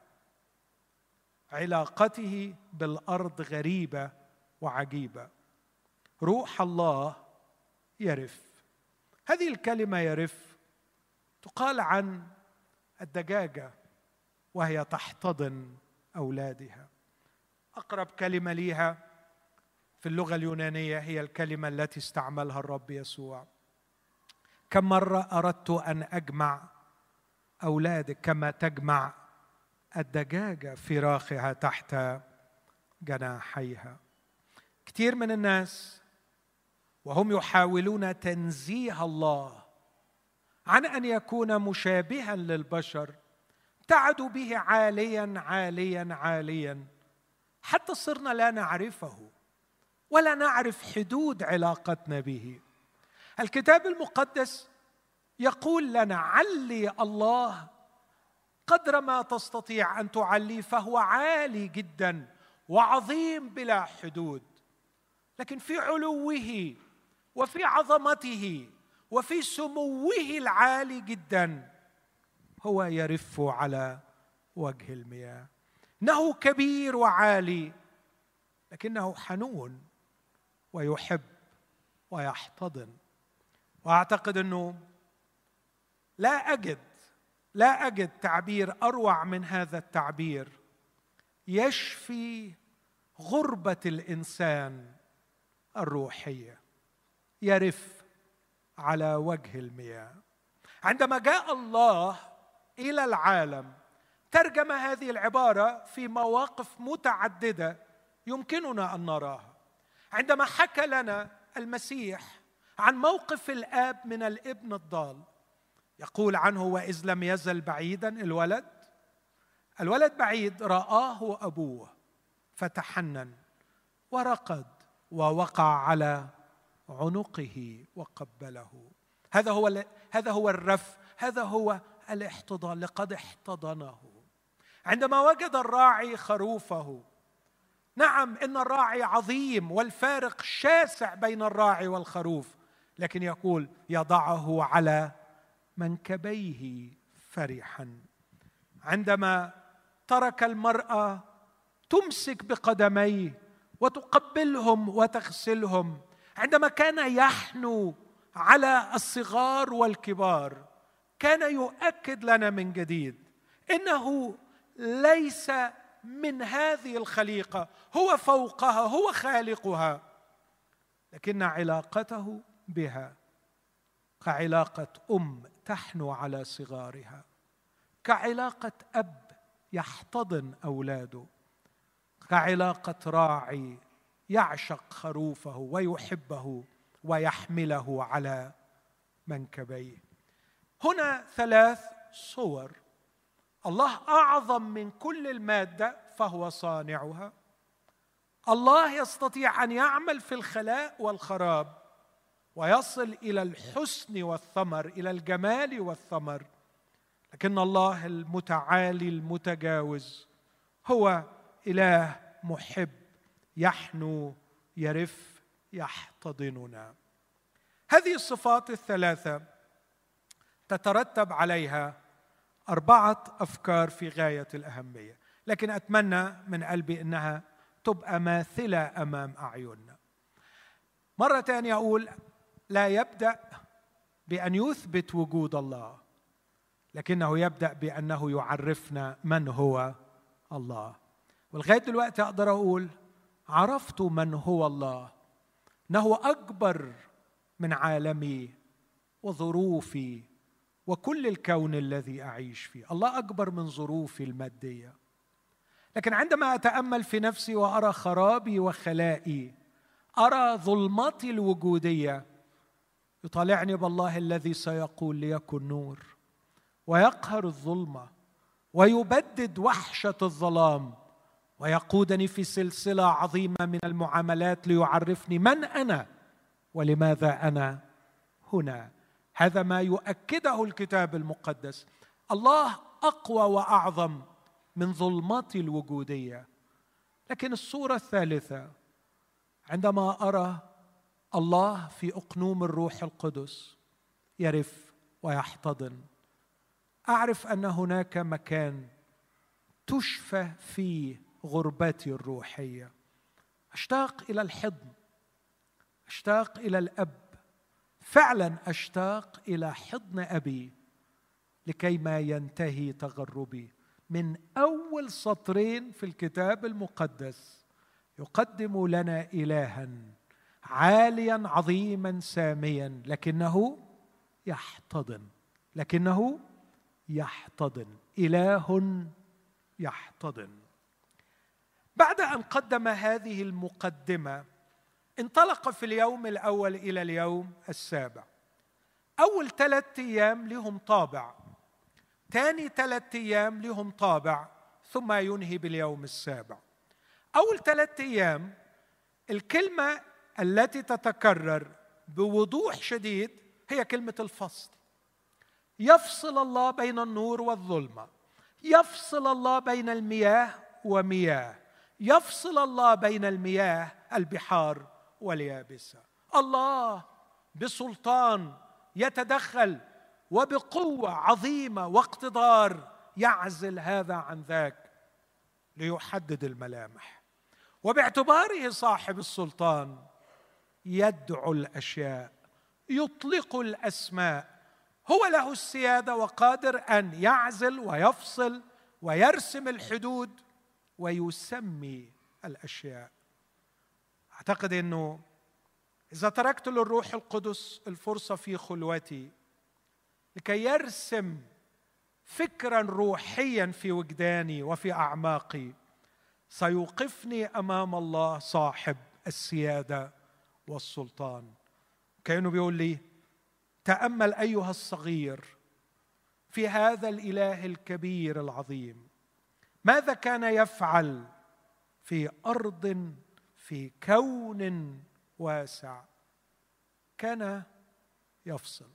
علاقته بالأرض غريبة وعجيبة. روح الله يرف. هذه الكلمة يرف تقال عن الدجاجة وهي تحتضن أولادها. أقرب كلمة ليها في اللغة اليونانية هي الكلمة التي استعملها الرب يسوع: كم مرة أردت أن أجمع أولادك كما تجمع الدجاجة فراخها تحت جناحيها. كثير من الناس وهم يحاولون تنزيه الله عن أن يكون مشابها للبشر ابتعدوا به عاليا عاليا عاليا حتى صرنا لا نعرفه ولا نعرف حدود علاقتنا به. الكتاب المقدس يقول لنا: علي الله قدر ما تستطيع أن تعليه، فهو عالي جدا وعظيم بلا حدود. لكن في علوه وفي عظمته وفي سموه العالي جدا هو يرف على وجه المياه. إنه كبير وعالي، لكنه حنون ويحب ويحتضن. وأعتقد أنه لا أجد لا أجد تعبير أروع من هذا التعبير يشفي غربة الإنسان الروحية. يرف على وجه المياه. عندما جاء الله إلى العالم ترجم هذه العبارة في مواقف متعددة يمكننا أن نراها. عندما حكى لنا المسيح عن موقف الآب من الابن الضال، يقول عنه: وإذ لم يزل بعيدا الولد الولد بعيد، رآه أبوه فتحنن ورقد ووقع على عنقه وقبله. هذا هو هذا هو الرف، هذا هو الاحتضان. لقد احتضنه عندما وجد الراعي خروفه. نعم، إن الراعي عظيم والفارق شاسع بين الراعي والخروف، لكن يقول: يضعه على منكبيه فرحا. عندما ترك المرأة تمسك بقدميه وتقبلهم وتغسلهم، عندما كان يحنو على الصغار والكبار، كان يؤكد لنا من جديد إنه ليس من هذه الخليقة، هو فوقها، هو خالقها، لكن علاقته بها كعلاقة أم تحنو على صغارها، كعلاقة أب يحتضن أولاده، كعلاقة راعي يعشق خروفه ويحبه ويحمله على منكبيه. هنا ثلاث صور. الله أعظم من كل المادة فهو صانعها. الله يستطيع أن يعمل في الخلاء والخراب ويصل إلى الحسن والثمر، إلى الجمال والثمر. لكن الله المتعالي المتجاوز هو إله محب، يحنو، يرف، يحتضننا. هذه الصفات الثلاثة تترتب عليها أربعة أفكار في غاية الأهمية، لكن أتمنى من قلبي أنها تبقى ماثلة أمام أعيننا. مرة تانية أقول: لا يبدأ بأن يثبت وجود الله، لكنه يبدأ بأنه يعرفنا من هو الله. ولغاية دلوقتي أقدر أقول: عرفت من هو الله، أنه أكبر من عالمي وظروفي وكل الكون الذي أعيش فيه. الله أكبر من ظروفي المادية. لكن عندما أتأمل في نفسي وأرى خرابي وخلائي، أرى ظلمتي الوجودية، يطالعني بالله الذي سيقول: ليكن نور، ويقهر الظلمة ويبدد وحشة الظلام، ويقودني في سلسلة عظيمة من المعاملات ليعرفني من أنا ولماذا أنا هنا. هذا ما يؤكده الكتاب المقدس. الله أقوى وأعظم من ظلمتي الوجودية. لكن الصورة الثالثة، عندما أرى الله في أقنوم الروح القدس يرف ويحتضن، أعرف أن هناك مكان تشفى فيه غربتي الروحية. أشتاق إلى الحضن، أشتاق إلى الأب، فعلا أشتاق إلى حضن أبي لكي ما ينتهي تغربي. من أول سطرين في الكتاب المقدس يقدم لنا إلها عاليا عظيما ساميا، لكنه يحتضن، لكنه يحتضن، إله يحتضن. بعد أن قدم هذه المقدمة، انطلق في اليوم الأول إلى اليوم السابع. أول ثلاثة أيام لهم طابع، ثاني ثلاثة أيام لهم طابع، ثم ينهي باليوم السابع. أول ثلاثة أيام الكلمة التي تتكرر بوضوح شديد هي كلمة الفصل. يفصل الله بين النور والظلمة، يفصل الله بين المياه ومياه، يفصل الله بين المياه البحار واليابسة. الله بسلطان يتدخل وبقوة عظيمة واقتدار يعزل هذا عن ذاك ليحدد الملامح، وباعتباره صاحب السلطان يدعو الأشياء، يطلق الأسماء. هو له السيادة وقادر أن يعزل ويفصل ويرسم الحدود ويسمي الأشياء. أعتقد أنه إذا تركت للروح القدس الفرصة في خلوتي لكي يرسم فكرا روحيا في وجداني وفي أعماقي، سيوقفني أمام الله صاحب السيادة والسلطان. كأنه بيقول لي: تأمل أيها الصغير في هذا الإله الكبير العظيم. ماذا كان يفعل في أرض في كون واسع؟ كان يفصل،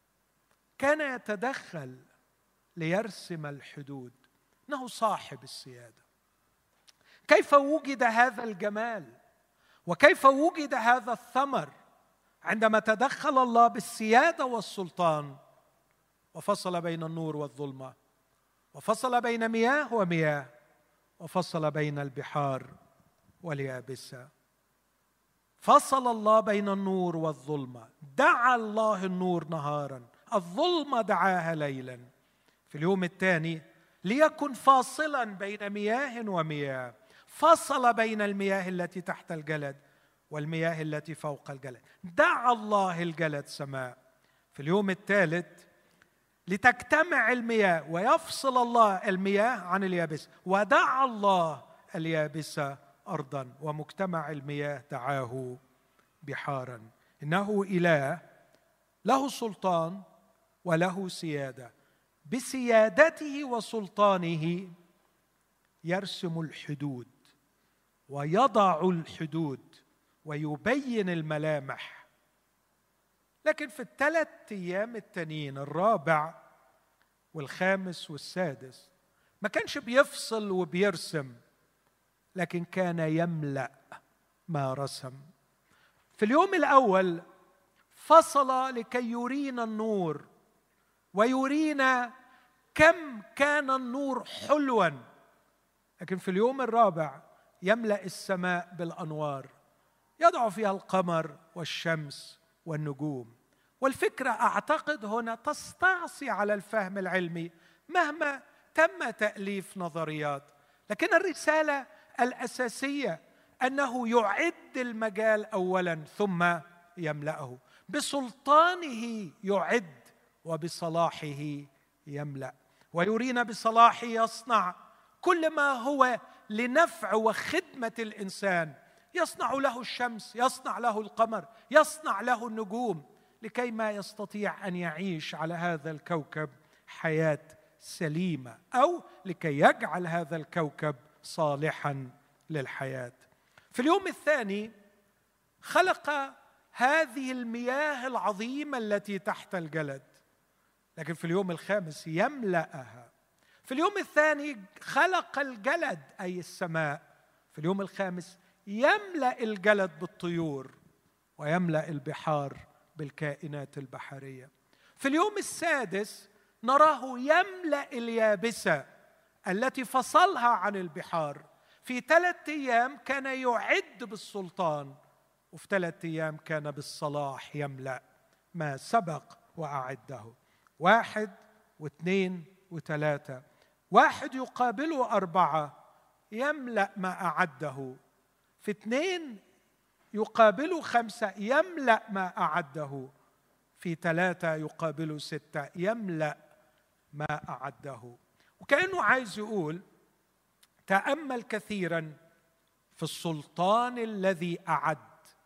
كان يتدخل ليرسم الحدود. إنه صاحب السيادة. كيف وجد هذا الجمال وكيف وجد هذا الثمر؟ عندما تدخل الله بالسيادة والسلطان وفصل بين النور والظلمة، وفصل بين مياه ومياه، وفصل بين البحار واليابسة. فصل الله بين النور والظلمة. دعا الله النور نهارا، الظلمة دعاها ليلا. في اليوم الثاني ليكن فاصلا بين مياه ومياه، فصل بين المياه التي تحت الجلد والمياه التي فوق الجلد. دعا الله الجلد سماء. في اليوم الثالث لتجتمع المياه ويفصل الله المياه عن اليابسة، ودعا الله اليابسة أرضا، ومجتمع المياه دعاه بحارا. إنه إله له سلطان وله سيادة. بسيادته وسلطانه يرسم الحدود ويضع الحدود ويبين الملامح. لكن في الثلاث أيام التانيين، الرابع والخامس والسادس، ما كانش بيفصل وبيرسم، لكن كان يملأ ما رسم. في اليوم الأول فصل لكي يرينا النور ويرينا كم كان النور حلوا، لكن في اليوم الرابع يملأ السماء بالأنوار، يضع فيها القمر والشمس والنجوم. والفكرة أعتقد هنا تستعصي على الفهم العلمي مهما تم تأليف نظريات، لكن الرسالة الأساسية أنه يعد المجال أولا ثم يملأه. بسلطانه يعد وبصلاحه يملأ، ويرينا بصلاحه يصنع كل ما هو لنفع وخدمة الإنسان. يصنع له الشمس، يصنع له القمر، يصنع له النجوم، لكي ما يستطيع أن يعيش على هذا الكوكب حياة سليمة، أو لكي يجعل هذا الكوكب صالحا للحياة. في اليوم الثاني خلق هذه المياه العظيمة التي تحت الجلد، لكن في اليوم الخامس يملأها. في اليوم الثاني خلق الجلد أي السماء، في اليوم الخامس يملأ الجلد بالطيور ويملأ البحار بالكائنات البحرية. في اليوم السادس نراه يملأ اليابسة التي فصلها عن البحار. في ثلاثة أيام كان يعد بالسلطان، وفي ثلاثة أيام كان بالصلاح يملأ ما سبق وأعده. واحد واثنين وثلاثة. واحد يقابله أربعة يملأ ما أعده. في اثنين يقابله خمسة يملأ ما أعده. في ثلاثة يقابله ستة يملأ ما أعده. وكأنه عايز يقول تأمل كثيرا في السلطان الذي أعد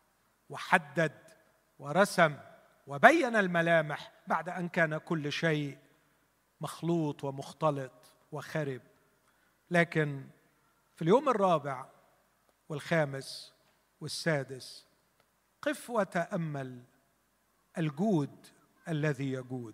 وحدد ورسم وبين الملامح بعد أن كان كل شيء مخلوط ومختلط وخرب. لكن في اليوم الرابع والخامس والسادس قف وتأمل الجود الذي يجود.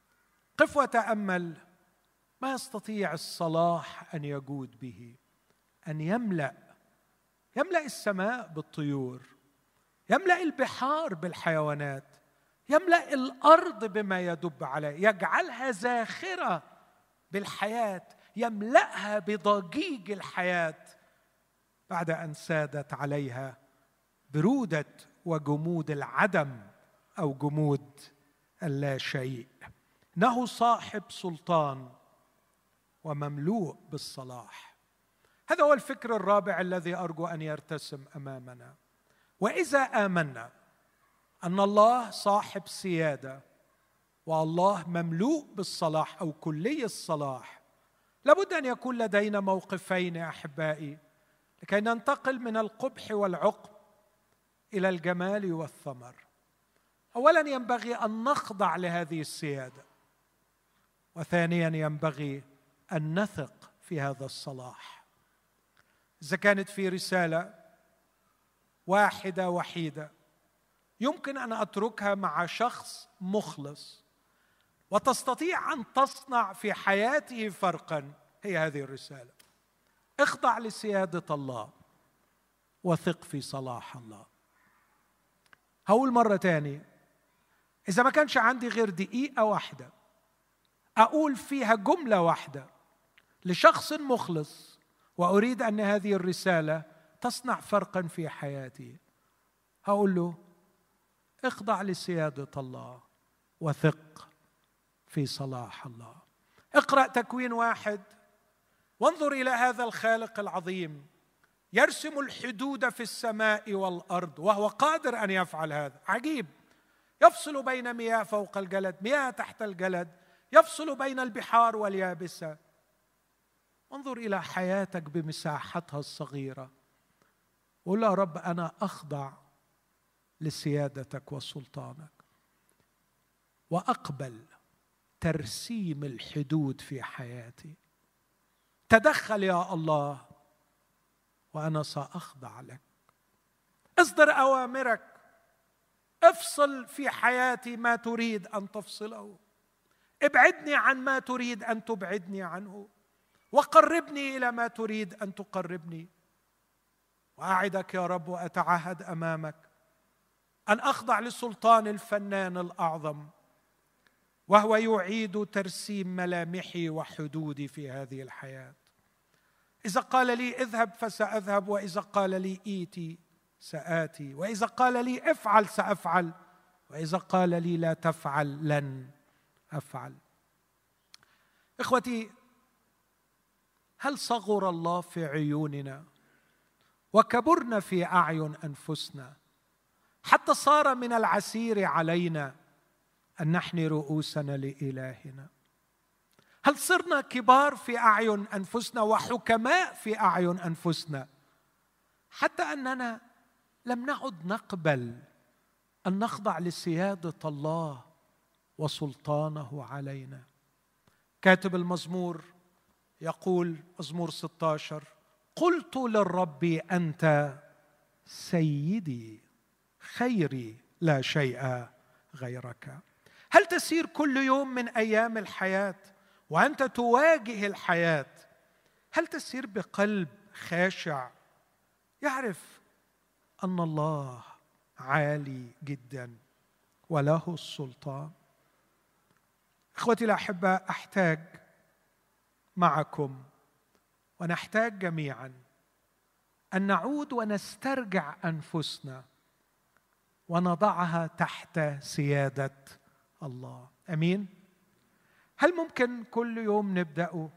قف وتأمل ما يستطيع الصلاح أن يجود به، أن يملأ يملأ السماء بالطيور، يملأ البحار بالحيوانات، يملأ الأرض بما يدب عليه، يجعلها زاخرة بالحياة، يملأها بضجيج الحياة بعد أن سادت عليها برودة وجمود العدم أو جمود اللا شيء. إنه صاحب سلطان ومملوء بالصلاح. هذا هو الفكر الرابع الذي أرجو أن يرتسم أمامنا. وإذا آمنا أن الله صاحب سيادة والله مملوء بالصلاح أو كلي الصلاح، لابد أن يكون لدينا موقفين أحبائي لكي ننتقل من القبح والعقم إلى الجمال والثمر. أولا ينبغي أن نخضع لهذه السيادة، وثانيا ينبغي أن نثق في هذا الصلاح. إذا كانت في رسالة واحدة وحيدة يمكن أن أتركها مع شخص مخلص وتستطيع أن تصنع في حياته فرقا، هي هذه الرسالة: اخضع لسيادة الله وثق في صلاح الله. هقول مرة تاني، إذا ما كانش عندي غير دقيقة واحدة أقول فيها جملة واحدة لشخص مخلص وأريد أن هذه الرسالة تصنع فرقا في حياتي، هقول له: اخضع لسيادة الله وثق في صلاح الله. اقرأ تكوين واحد وانظر إلى هذا الخالق العظيم يرسم الحدود في السماء والأرض وهو قادر أن يفعل هذا. عجيب، يفصل بين مياه فوق الجلد، مياه تحت الجلد، يفصل بين البحار واليابسة. انظر إلى حياتك بمساحتها الصغيرة وقل: يا رب أنا أخضع لسيادتك وسلطانك وأقبل ترسيم الحدود في حياتي. تدخل يا الله وأنا سأخضع لك. اصدر أوامرك، افصل في حياتي ما تريد أن تفصله، ابعدني عن ما تريد أن تبعدني عنه، وقربني إلى ما تريد أن تقربني. وأعدك يا رب وأتعهد أمامك أن أخضع لسلطان الفنان الأعظم وهو يعيد ترسيم ملامحي وحدودي في هذه الحياة. إذا قال لي اذهب فسأذهب، وإذا قال لي إيتي سآتي، وإذا قال لي افعل سأفعل، وإذا قال لي لا تفعل لن أفعل. إخوتي، هل صغر الله في عيوننا وكبرنا في أعين أنفسنا حتى صار من العسير علينا أن نحني رؤوسنا لإلهنا؟ هل صرنا كبار في أعين أنفسنا وحكماء في أعين أنفسنا حتى أننا لم نعد نقبل أن نخضع لسيادة الله وسلطانه علينا؟ كاتب المزمور يقول، مزمور ستة عشر: قلت للرب أنت سيدي، خيري لا شيء غيرك. هل تسير كل يوم من أيام الحياة وأنت تواجه الحياة، هل تسير بقلب خاشع يعرف أن الله عالي جدا وله السلطان؟ إخوتي الأحباء، أحتاج معكم ونحتاج جميعا أن نعود ونسترجع أنفسنا ونضعها تحت سيادة الله. أمين؟ هل ممكن كل يوم نبدأ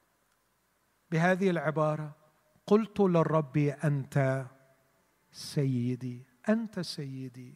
بهذه العبارة: قلت للرب أنت سيدي، أنت سيدي؟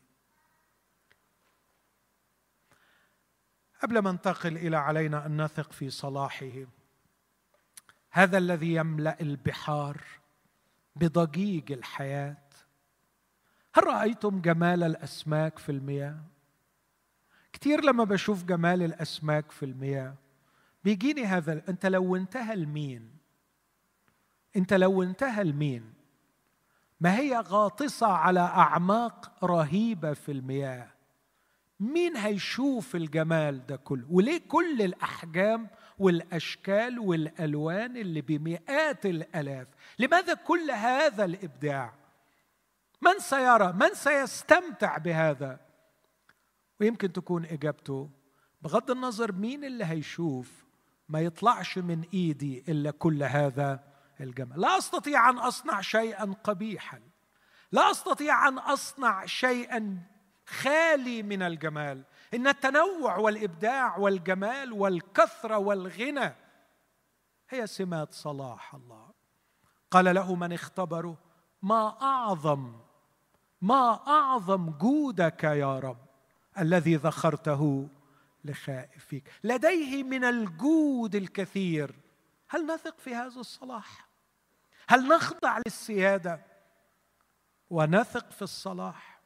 قبل ما ننتقل إلى علينا أن نثق في صلاحه، هذا الذي يملأ البحار بضجيج الحياة. هل رأيتم جمال الأسماك في المياه؟ كتير لما بشوف جمال الأسماك في المياه بيجيني هذا: أنت لونتها لمين؟ أنت لونتها لمين؟ ما هي غاطسة على أعماق رهيبة في المياه، مين هيشوف الجمال ده كله؟ وليه كل الأحجام والأشكال والألوان اللي بمئات الآلاف؟ لماذا كل هذا الإبداع؟ من سيرى؟ من سيستمتع بهذا؟ ويمكن تكون إجابته بغض النظر مين اللي هيشوف، ما يطلعش من إيدي إلا كل هذا الجمال. لا أستطيع أن أصنع شيئا قبيحا، لا أستطيع أن أصنع شيئا خالي من الجمال. إن التنوع والإبداع والجمال والكثرة والغنى هي سمات صلاح الله. قال له من اختبره: ما أعظم ما أعظم جودك يا رب الذي ذخرته لخائفيك. لديه من الجود الكثير. هل نثق في هذا الصلاح؟ هل نخضع للسيادة ونثق في الصلاح؟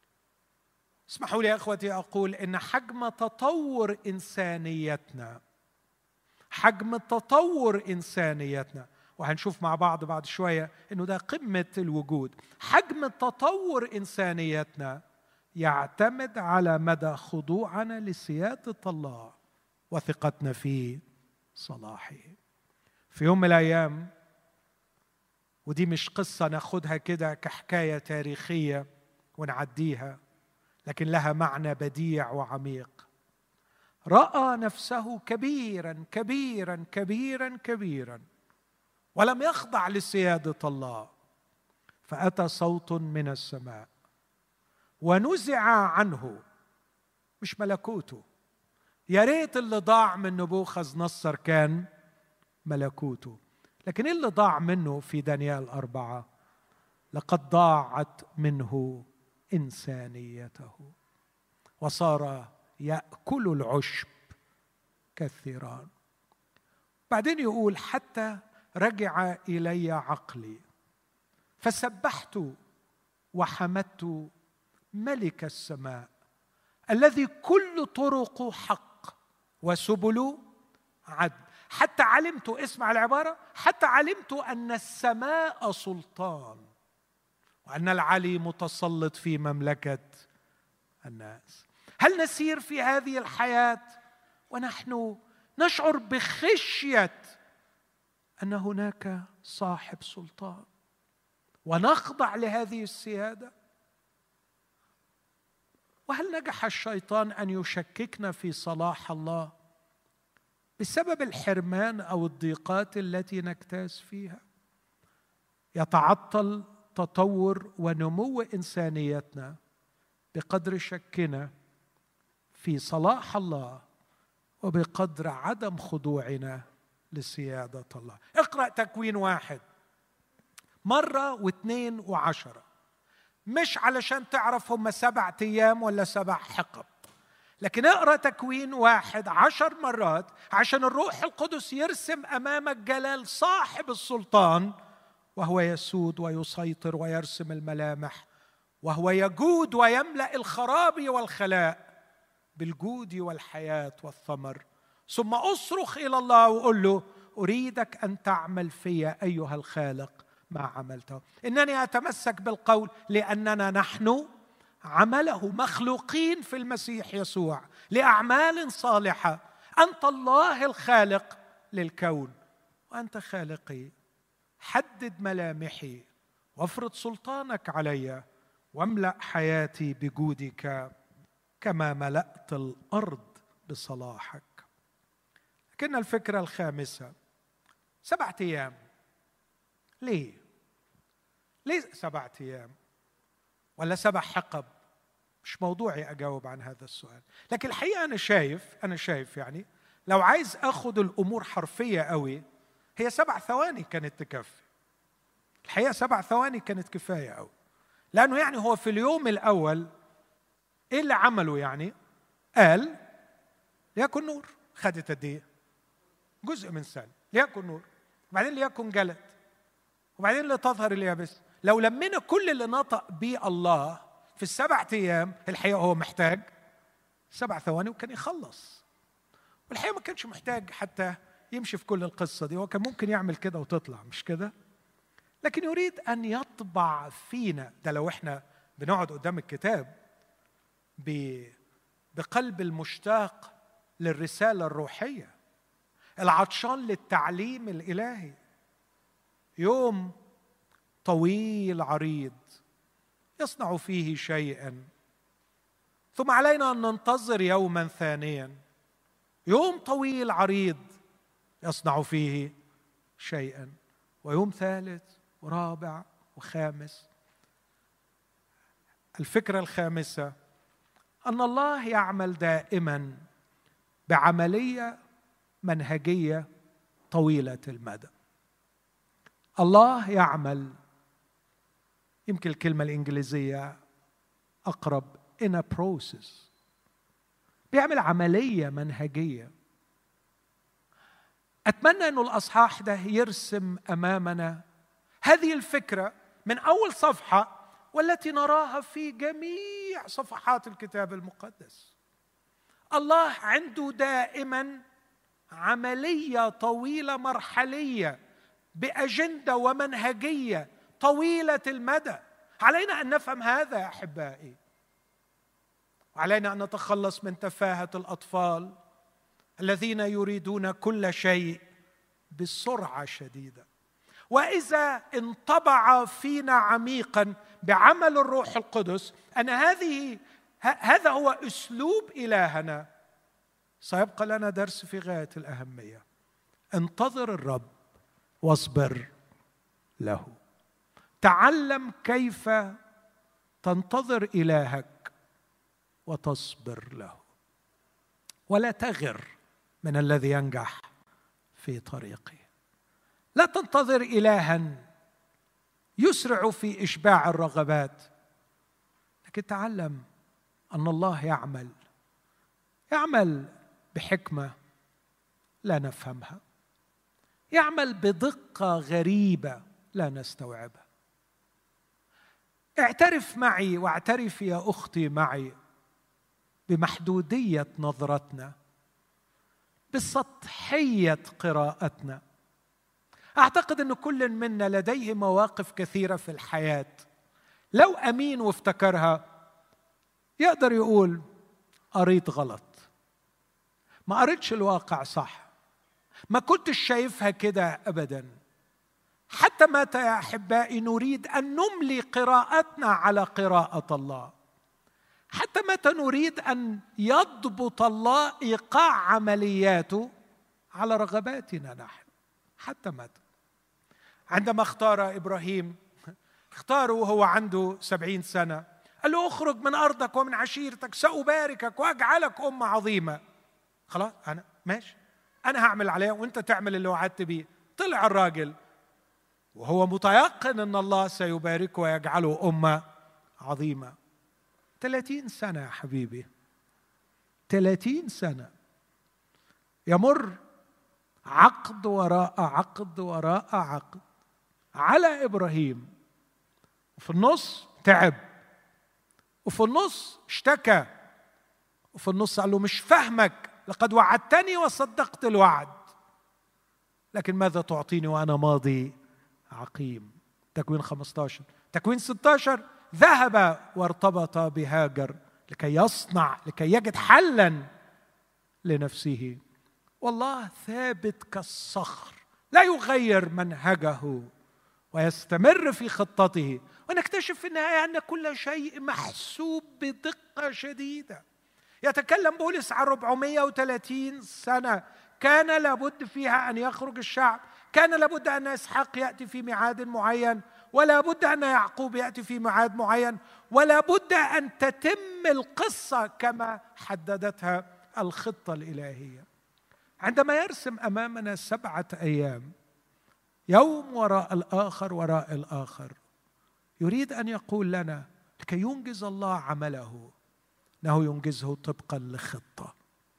اسمحوا لي يا أخوتي أقول إن حجم تطور إنسانيتنا حجم تطور إنسانيتنا، وهنشوف مع بعض بعد شوية إنه ده قمة الوجود. حجم تطور إنسانيتنا يعتمد على مدى خضوعنا لسيادة الله وثقتنا في صلاحه. في يوم من الأيام، ودي مش قصة ناخدها كده كحكاية تاريخية ونعديها، لكن لها معنى بديع وعميق، رأى نفسه كبيرا كبيرا كبيرا كبيرا ولم يخضع لسيادة الله، فأتى صوت من السماء ونزع عنه، مش ملكوته، يا ريت اللي ضاع من نبوخذ نصر كان ملكوته، لكن اللي ضاع منه في دانيال أربعة، لقد ضاعت منه إنسانيته وصار يأكل العشب كالثيران. بعدين يقول حتى رجع إلي عقلي فسبحت وحمدت ملك السماء الذي كل طرقه حق وسبله عدل. حتى علمت، اسمع العبارة، حتى علمت أن السماء سلطان وأن العلي متسلط في مملكة الناس. هل نسير في هذه الحياة ونحن نشعر بخشية أن هناك صاحب سلطان ونخضع لهذه السيادة؟ وهل نجح الشيطان أن يشككنا في صلاح الله بسبب الحرمان أو الضيقات التي نجتاز فيها؟ يتعطل تطور ونمو إنسانيتنا بقدر شكنا في صلاح الله وبقدر عدم خضوعنا لسيادة الله. اقرأ تكوين واحد مرة واثنين وعشرة، مش علشان تعرف هم سبعة أيام ولا سبع حقب، لكن اقرأ تكوين واحد عشر مرات عشان الروح القدس يرسم أمامك جلال صاحب السلطان، وهو يسود ويسيطر ويرسم الملامح، وهو يجود ويملأ الخراب والخلاء بالجود والحياة والثمر. ثم أصرخ إلى الله وأقول له أريدك أن تعمل في أيها الخالق ما عملته. إنني أتمسك بالقول لأننا نحن عمله مخلوقين في المسيح يسوع لأعمال صالحة. أنت الله الخالق للكون وأنت خالقي، حدد ملامحي وافرض سلطانك علي واملأ حياتي بجودك كما ملأت الأرض بصلاحك. لكن الفكرة الخامسة، سبعة أيام. ليه؟ ليه سبعة أيام ولا سبع حقب؟ مش موضوعي أجاوب عن هذا السؤال، لكن الحقيقة أنا شايف أنا شايف يعني لو عايز أخذ الأمور حرفية قوي، هي سبع ثواني كانت تكفي. الحقيقة سبع ثواني كانت كفاية قوي، لأنه يعني هو في اليوم الأول إيه اللي عمله؟ يعني قال ليكن نور، خدت قد إيه؟ جزء من ثانية، ليكن نور، وبعدين ليكن جلد، وبعدين لتظهر اليابس. لو لمينا كل اللي نطق به الله في السبع أيام، الحقيقة هو محتاج سبع ثواني وكان يخلص. والحقيقة ما كانش محتاج حتى يمشي في كل القصة دي، هو كان ممكن يعمل كده وتطلع، مش كده؟ لكن يريد أن يطبع فينا، ده لو إحنا بنقعد قدام الكتاب بقلب المشتاق للرسالة الروحية، العطشان للتعليم الإلهي. يوم طويل عريض يصنع فيه شيئا، ثم علينا أن ننتظر يوما ثانيا، يوم طويل عريض يصنع فيه شيئا، ويوم ثالث ورابع وخامس. الفكرة الخامسة أن الله يعمل دائما بعملية منهجية طويلة المدى. الله يعمل، يمكن الكلمة الإنجليزية أقرب، in a process، بيعمل عملية منهجية. أتمنى أن الأصحاح ده يرسم أمامنا هذه الفكرة من أول صفحة، والتي نراها في جميع صفحات الكتاب المقدس. الله عنده دائما عملية طويلة مرحلية بأجندة ومنهجية طويلة المدى. علينا أن نفهم هذا يا أحبائي، وعلينا أن نتخلص من تفاهة الأطفال الذين يريدون كل شيء بسرعة شديدة. وإذا انطبع فينا عميقا بعمل الروح القدس أن هذه هذا هو أسلوب إلهنا، سيبقى لنا درس في غاية الأهمية: انتظر الرب واصبر له. تعلم كيف تنتظر إلهك وتصبر له، ولا تغر من الذي ينجح في طريقه. لا تنتظر إلها يسرع في إشباع الرغبات، لكن تعلم أن الله يعمل يعمل بحكمة لا نفهمها، يعمل بدقة غريبة لا نستوعبها. اعترف معي واعترف يا أختي معي بمحدودية نظرتنا، بسطحية قراءتنا. أعتقد أن كل منا لديه مواقف كثيرة في الحياة لو أمين وافتكرها يقدر يقول قريت غلط، ما قريتش الواقع صح، ما كنتش شايفها كده أبدا. حتى متى يا أحبائي نريد أن نملي قراءتنا على قراءة الله؟ حتى متى نريد أن يضبط الله إيقاع عملياته على رغباتنا نحن؟ حتى متى؟ عندما اختار إبراهيم، اختاره وهو عنده سبعين سنة، قال له اخرج من أرضك ومن عشيرتك سأباركك وأجعلك أمة عظيمة. خلاص أنا ماشي، أنا هعمل عليه وأنت تعمل اللي وعدت بيه. طلع الراجل وهو متيقن أن الله سيباركه ويجعله أمة عظيمة. ثلاثين سنة يا حبيبي، ثلاثين سنة يمر عقد وراء عقد وراء عقد على إبراهيم، وفي النص تعب، وفي النص اشتكى، وفي النص قال له مش فاهمك، لقد وعدتني وصدقت الوعد، لكن ماذا تعطيني وأنا ماضي عقيم. تكوين خمسة عشر. تكوين ستة عشر ذهب وارتبط بهاجر لكي يصنع، لكي يجد حلا لنفسه. والله ثابت كالصخر، لا يغير منهجه ويستمر في خطته. ونكتشف في النهاية أن كل شيء محسوب بدقة شديدة. يتكلم بولس عن أربعمائة وثلاثين سنة كان لابد فيها أن يخرج الشعب، كان لابد أن إسحاق يأتي في ميعاد معين، ولا بد أن يعقوب يأتي في ميعاد معين، ولا بد أن تتم القصة كما حددتها الخطة الإلهية. عندما يرسم أمامنا سبعة أيام، يوم وراء الآخر وراء الآخر، يريد أن يقول لنا لكي ينجز الله عمله أنه ينجزه طبقا لخطة،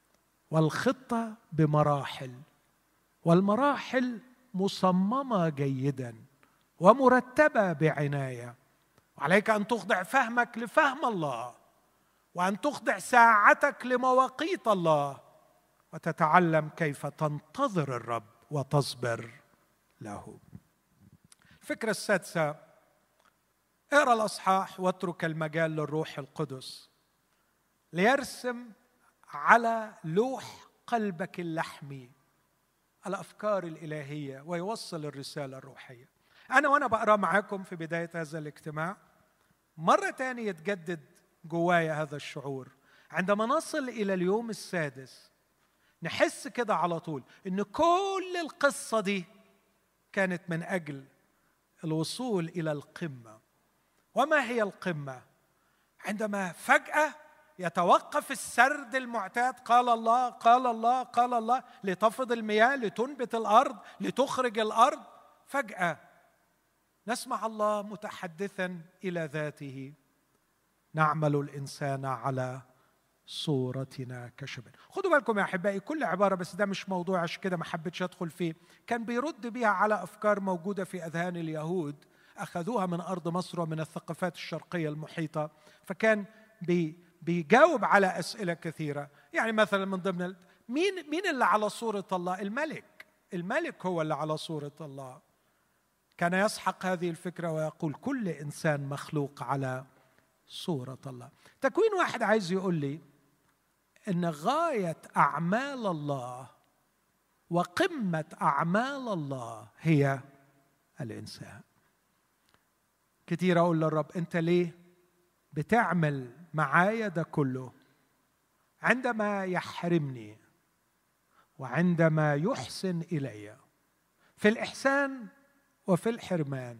والخطة بمراحل، والمراحل مصممة جيدا ومرتبة بعناية. وعليك أن تخضع فهمك لفهم الله، وأن تخضع ساعتك لمواقيت الله، وتتعلم كيف تنتظر الرب وتصبر له. الفكرة السادسة: اقرأ الأصحاح واترك المجال للروح القدس ليرسم على لوح قلبك اللحمي الأفكار الإلهية ويوصل الرسالة الروحية. أنا وأنا بقرأ معاكم في بداية هذا الاجتماع مرة تانية يتجدد جوايا هذا الشعور. عندما نصل إلى اليوم السادس نحس كده على طول إن كل القصة دي كانت من أجل الوصول إلى القمة. وما هي القمة؟ عندما فجأة يتوقف السرد المعتاد، قال الله قال الله قال الله، لتفض المياه، لتنبت الأرض، لتخرج الأرض. فجأة نسمع الله متحدثا إلى ذاته: نعمل الإنسان على صورتنا كشبه. خدوا بالكم يا أحبائي، كل عبارة، بس ده مش موضوع عشان كده ما حبيتش أدخل فيه، كان بيرد بيها على أفكار موجودة في أذهان اليهود أخذوها من أرض مصر ومن الثقافات الشرقية المحيطة، فكان بي بيجاوب على أسئلة كثيرة. يعني مثلا من ضمن مين مين اللي على صورة الله؟ الملك. الملك هو اللي على صورة الله. كان يسحق هذه الفكرة ويقول كل إنسان مخلوق على صورة الله. تكوين واحد عايز يقول لي إن غاية أعمال الله وقمة أعمال الله هي الإنسان. كتير أقول للرب أنت ليه بتعمل معايا ده كله عندما يحرمني وعندما يحسن إلي، في الإحسان وفي الحرمان،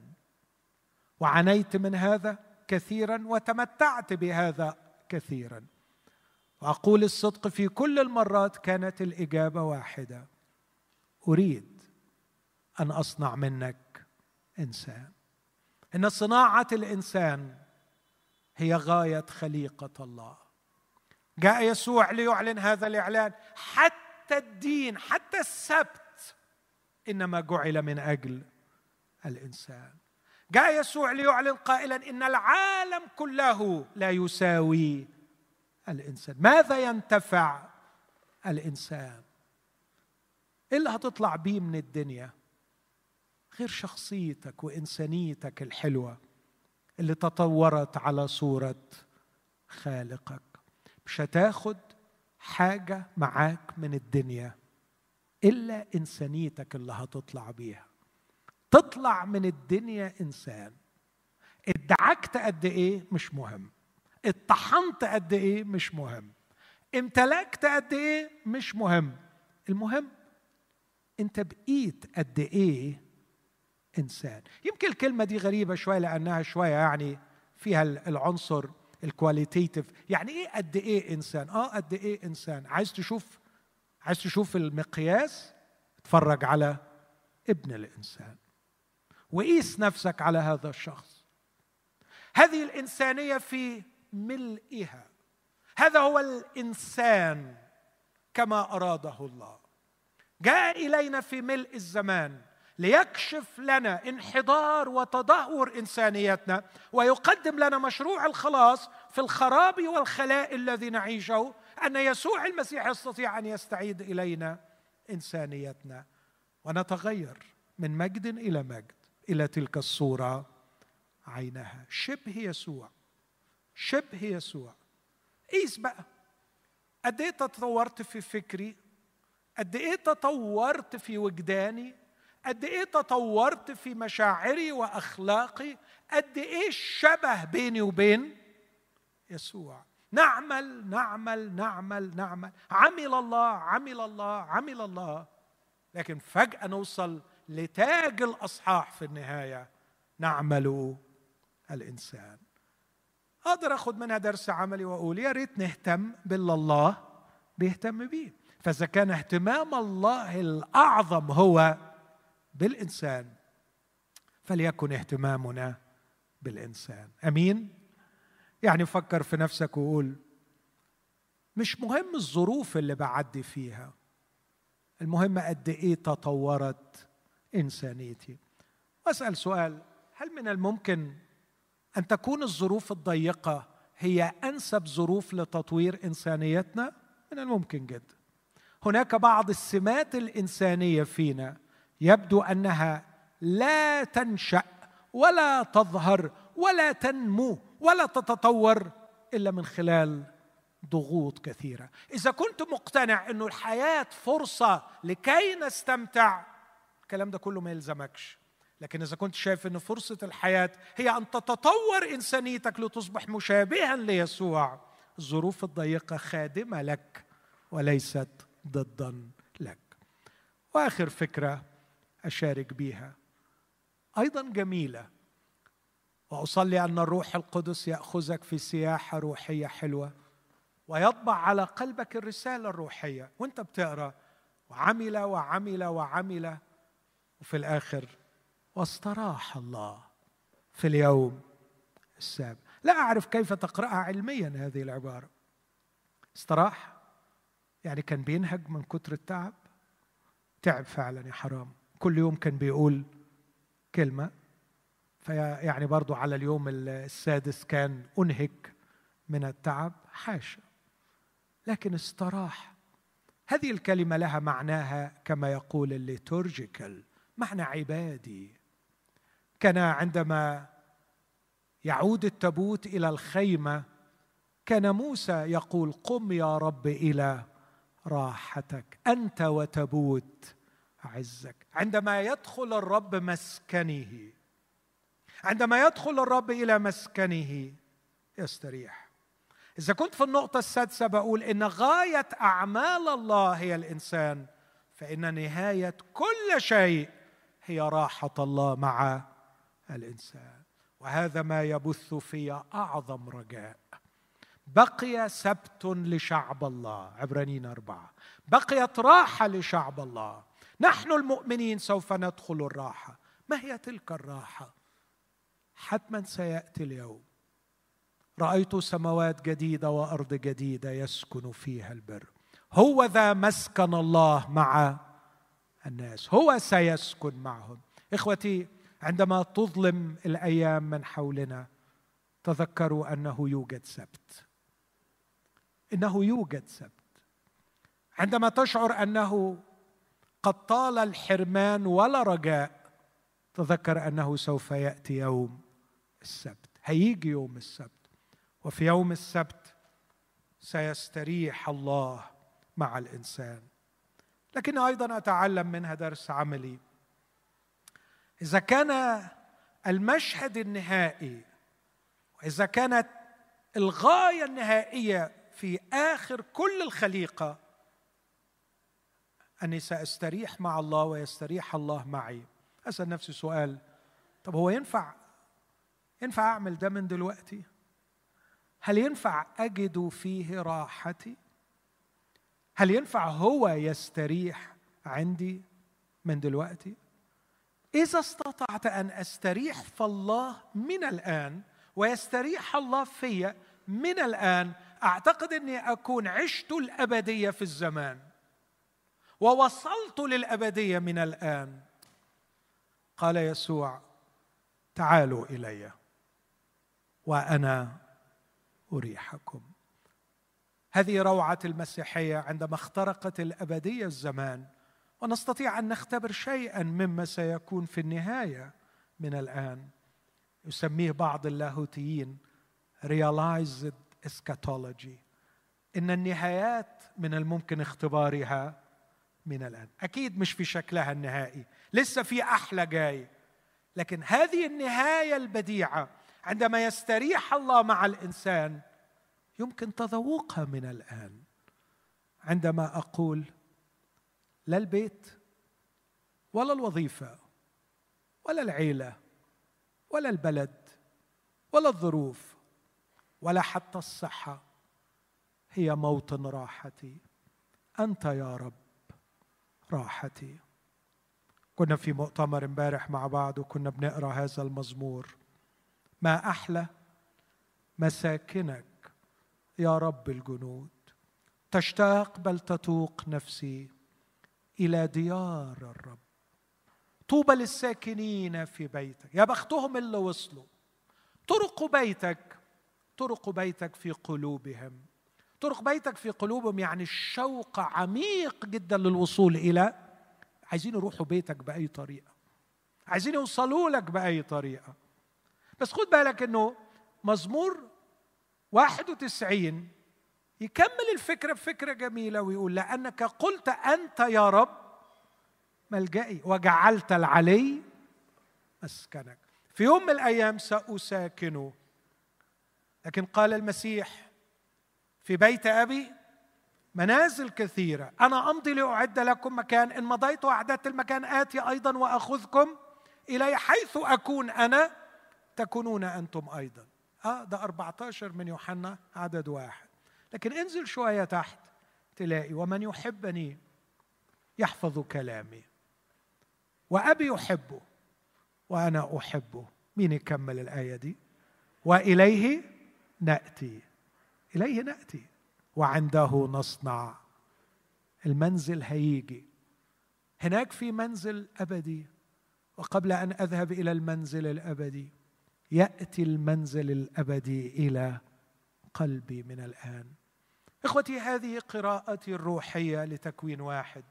وعانيت من هذا كثيرا وتمتعت بهذا كثيرا. وأقول الصدق في كل المرات كانت الإجابة واحدة: أريد أن أصنع منك إنسان. إن صناعة الإنسان هي غاية خليقة الله. جاء يسوع ليعلن هذا الإعلان. حتى الدين، حتى السبت إنما جعل من أجل الإنسان. جاء يسوع ليعلن قائلا إن العالم كله لا يساوي الإنسان. ماذا ينتفع الإنسان؟ إيه اللي هتطلع بيه من الدنيا غير شخصيتك وإنسانيتك الحلوة اللي تطورت على صورة خالقك؟ مش هتاخد حاجة معاك من الدنيا إلا إنسانيتك اللي هتطلع بيها. تطلع من الدنيا إنسان. ادعكت قد إيه مش مهم، اتطحنت قد إيه مش مهم، امتلكت قد إيه مش مهم. المهم أنت بقيت قد إيه إنسان. يمكن الكلمة دي غريبة شوية لأنها شوية يعني فيها العنصر الكواليتيتيف. يعني إيه قد إيه إنسان؟ آه قد إيه إنسان. عايز تشوف عايز تشوف المقياس؟ اتفرج على ابن الإنسان وقيس نفسك على هذا الشخص. هذه الإنسانية في ملئها. هذا هو الإنسان كما أراده الله. جاء إلينا في ملء الزمان ليكشف لنا انحدار وتدهور إنسانيتنا ويقدم لنا مشروع الخلاص في الخراب والخلاء الذي نعيشه، أن يسوع المسيح يستطيع أن يستعيد إلينا إنسانيتنا ونتغير من مجد إلى مجد إلى تلك الصورة عينها، شبه يسوع. شبه يسوع. قيس بقى قد إيه تطورت في فكري، قد إيه تطورت في وجداني، قد إيه تطورت في مشاعري وأخلاقي، قد إيه الشبه بيني وبين يسوع. نعمل نعمل نعمل نعمل عمل الله عمل الله عمل الله، لكن فجأة نوصل لتاج الأصحاح في النهاية: نعمل الإنسان. أقدر أخذ منها درس عملي وأقول يا ريت نهتم باللي الله بيهتم بيه. فإذا كان اهتمام الله الأعظم هو بالإنسان فليكن اهتمامنا بالإنسان. أمين؟ يعني فكر في نفسك وقول مش مهم الظروف اللي بعدي فيها، المهم قد إيه تطورت إنسانيتي. وأسأل سؤال: هل من الممكن أن تكون الظروف الضيقة هي أنسب ظروف لتطوير إنسانيتنا؟ من الممكن جدا. هناك بعض السمات الإنسانية فينا يبدو أنها لا تنشأ ولا تظهر ولا تنمو ولا تتطور إلا من خلال ضغوط كثيرة. إذا كنت مقتنع أن الحياة فرصة لكي نستمتع، الكلام ده كله ما يلزمكش. لكن إذا كنت شايف أن فرصة الحياة هي أن تتطور إنسانيتك لتصبح مشابها ليسوع، الظروف الضيقة خادمة لك وليست ضدا لك. وآخر فكرة أشارك بيها أيضا جميلة، وأصلي أن الروح القدس يأخذك في سياحة روحية حلوة ويطبع على قلبك الرسالة الروحية وانت بتقرأ: وعمل وعمل وعمل وفي الآخر واستراح الله في اليوم السابع. لا أعرف كيف تقرأها علميا هذه العبارة. استراح يعني كان بينهج من كتر التعب، تعب فعلا يا حرام، كل يوم كان بيقول كلمة، فيعني برضو على اليوم السادس كان أنهك من التعب، حاشا، لكن استراح. هذه الكلمة لها معناها كما يقول الليتورجيكال، معنى عبادي. كان عندما يعود التابوت إلى الخيمة كان موسى يقول: قم يا رب إلى راحتك أنت وتابوت عزك. عندما يدخل الرب مسكنه، عندما يدخل الرب إلى مسكنه يستريح. إذا كنت في النقطة السادسة بقول إن غاية أعمال الله هي الإنسان، فإن نهاية كل شيء هي راحة الله مع الإنسان. وهذا ما يبث في أعظم رجاء. بقي سبت لشعب الله، عبرانيين أربعة، بقيت راحة لشعب الله. نحن المؤمنين سوف ندخل الراحة. ما هي تلك الراحة؟ حتما سيأتي اليوم رأيت سماوات جديدة وأرض جديدة يسكن فيها البر. هو ذا مسكن الله مع الناس، هو سيسكن معهم. إخوتي، عندما تظلم الأيام من حولنا تذكروا أنه يوجد سبت، إنه يوجد سبت. عندما تشعر أنه قد طال الحرمان ولا رجاء، تذكر أنه سوف يأتي يوم السبت. هيجي يوم السبت، وفي يوم السبت سيستريح الله مع الإنسان. لكن أيضا أتعلم منها درس عملي. إذا كان المشهد النهائي، وإذا كانت الغاية النهائية في آخر كل الخليقة أني سأستريح مع الله ويستريح الله معي، أسأل نفسي سؤال: طب هو ينفع ينفع أعمل ده من دلوقتي؟ هل ينفع أجد فيه راحتي؟ هل ينفع هو يستريح عندي من دلوقتي؟ إذا استطعت أن أستريح فالله من الآن ويستريح الله في من الآن، أعتقد أني أكون عشت الأبدية في الزمان ووصلت للأبدية من الآن. قال يسوع: تعالوا إلي وأنا أريحكم. هذه روعة المسيحية. عندما اخترقت الأبدية الزمان ونستطيع أن نختبر شيئا مما سيكون في النهاية من الآن، يسميه بعض اللاهوتيين realized eschatology، إن النهايات من الممكن اختبارها من الآن. أكيد مش في شكلها النهائي، لسه في أحلى جاي، لكن هذه النهاية البديعة عندما يستريح الله مع الإنسان يمكن تذوقها من الآن. عندما أقول لا البيت ولا الوظيفة ولا العيلة ولا البلد ولا الظروف ولا حتى الصحة هي موطن راحتي، أنت يا رب راحتي. كنا في مؤتمر امبارح مع بعض وكنا بنقرأ هذا المزمور: ما أحلى مساكنك يا رب الجنود، تشتاق بل تتوق نفسي إلى ديار الرب. طوبى للساكنين في بيتك، يا بختهم اللي وصلوا. طرق بيتك طرق بيتك في قلوبهم. طرق بيتك في قلوبهم يعني الشوق عميق جدا للوصول إلى، عايزين يروحوا بيتك بأي طريقة، عايزين يوصلوا لك بأي طريقة. بس خد بالك إنه مزمور واحد وتسعين يكمل الفكرة بفكرة جميلة ويقول: لأنك قلت أنت يا رب ملجئي وجعلت العلي مسكنك. في يوم من الأيام سأساكنه. لكن قال المسيح: في بيت أبي منازل كثيرة، أنا أمضي لأعد لكم مكان، إن مضيت وأعددت المكان آتي أيضا وأخذكم إلي، حيث أكون أنا تكونون أنتم أيضا. آه ده أربعة عشر من يوحنا عدد واحد. لكن انزل شوية تحت تلاقي: ومن يحبني يحفظ كلامي وأبي يحبه وأنا أحبه. مين يكمل الآية دي؟ وإليه نأتي، إليه نأتي وعنده نصنع. المنزل هيجي هناك، في منزل أبدي، وقبل أن أذهب إلى المنزل الأبدي يأتي المنزل الأبدي إلى قلبي من الآن. إخوتي، هذه قراءتي الروحية لتكوين واحد.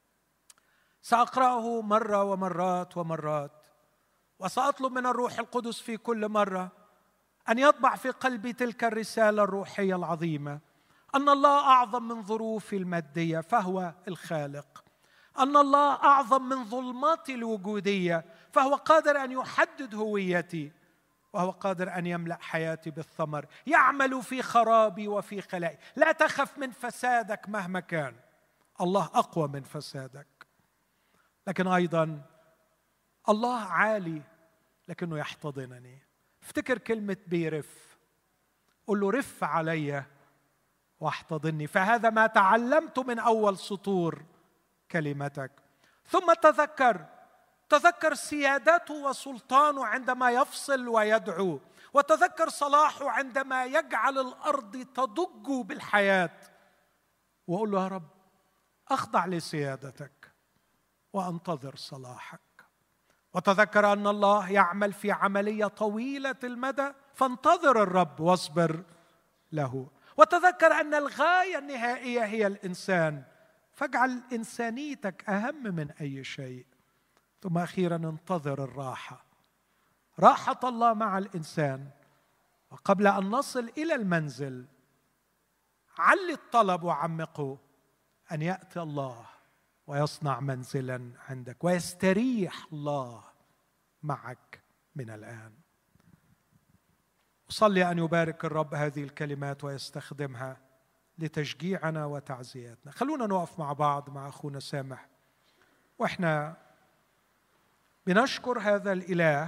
سأقرأه مرة ومرات ومرات، وسأطلب من الروح القدس في كل مرة أن يطبع في قلبي تلك الرسالة الروحية العظيمة، أن الله أعظم من ظروفي المادية فهو الخالق، أن الله أعظم من ظلماتي الوجودية فهو قادر أن يحدد هويتي، وهو قادر أن يملأ حياتي بالثمر، يعمل في خرابي وفي خلائي. لا تخف من فسادك مهما كان، الله أقوى من فسادك. لكن أيضا الله عالي لكنه يحتضنني. افتكر كلمة بيرف، قل له رف علي واحتضني، فهذا ما تعلمت من أول سطور كلمتك. ثم تذكر تذكر سيادته وسلطانه عندما يفصل ويدعو، وتذكر صلاحه عندما يجعل الأرض تضج بالحياة، وقل له يا رب أخضع لسيادتك وأنتظر صلاحك. وتذكر أن الله يعمل في عملية طويلة المدى، فانتظر الرب واصبر له. وتذكر أن الغاية النهائية هي الإنسان، فاجعل إنسانيتك أهم من أي شيء. ثم أخيرا انتظر الراحة، راحة الله مع الإنسان. وقبل أن نصل إلى المنزل علي الطلب وعمقه، أن يأتي الله ويصنع منزلا عندك، ويستريح الله معك من الآن. أصلي أن يبارك الرب هذه الكلمات ويستخدمها لتشجيعنا وتعزياتنا. خلونا نقف مع بعض مع أخونا سامح، وإحنا بنشكر هذا الإله،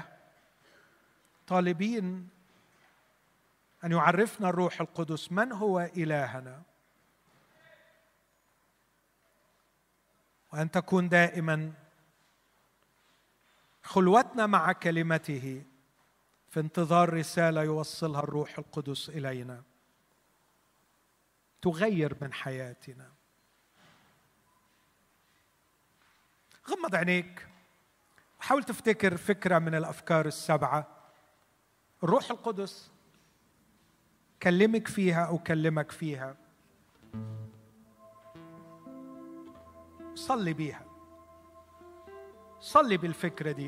طالبين أن يعرفنا الروح القدس من هو إلهنا، وأن تكون دائما خلوتنا مع كلمته في انتظار رسالة يوصلها الروح القدس إلينا تغير من حياتنا. غمض عينيك وحاول تفتكر فكرة من الأفكار السبعة الروح القدس كلمك فيها أو كلمك فيها. صلي بيها، صلي بالفكرة دي.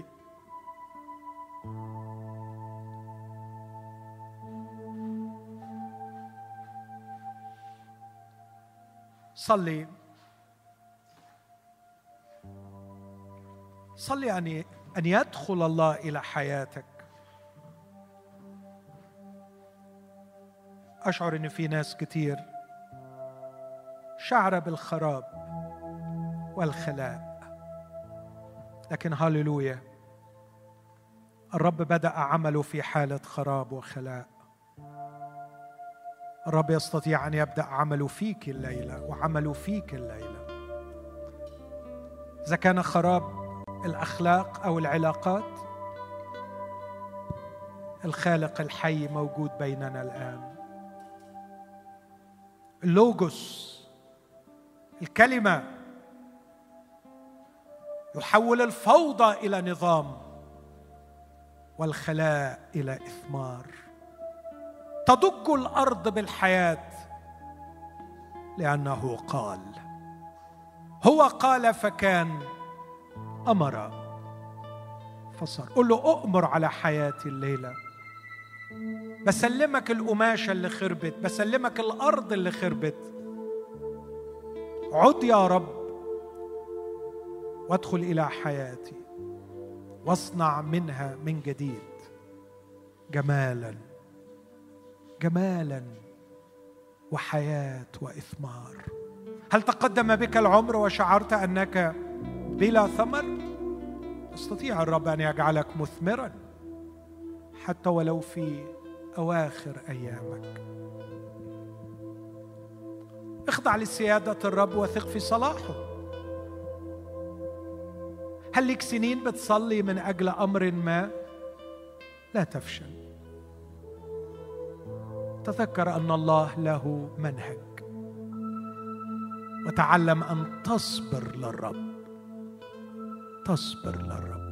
صلي صلي أن أن يدخل الله إلى حياتك. أشعر أن في ناس كتير شعر بالخراب والخلاء، لكن هاليلويا الرب بدأ عمله في حالة خراب وخلاء. الرب يستطيع أن يبدأ عمله فيك الليلة وعمله فيك الليلة. إذا كان خراب الأخلاق أو العلاقات، الخالق الحي موجود بيننا الآن. اللوجوس، الكلمة، يحول الفوضى إلى نظام والخلاء إلى إثمار. تضج الأرض بالحياة لأنه قال. هو قال فكان، أمر فصار. قل له أؤمر على حياتي الليلة. بسلمك القماشة اللي خربت، بسلمك الأرض اللي خربت. عد يا رب وادخل إلى حياتي واصنع منها من جديد جمالا جمالا وحياة وإثمار. هل تقدم بك العمر وشعرت أنك بلا ثمر؟ استطيع الرب أن يجعلك مثمرا حتى ولو في أواخر أيامك. اخضع لسيادة الرب وثق في صلاحه. هل لك سنين بتصلي من أجل أمر ما؟ لا تفشل. تذكر أن الله له منهج، وتعلم أن تصبر للرب. تصبر للرب.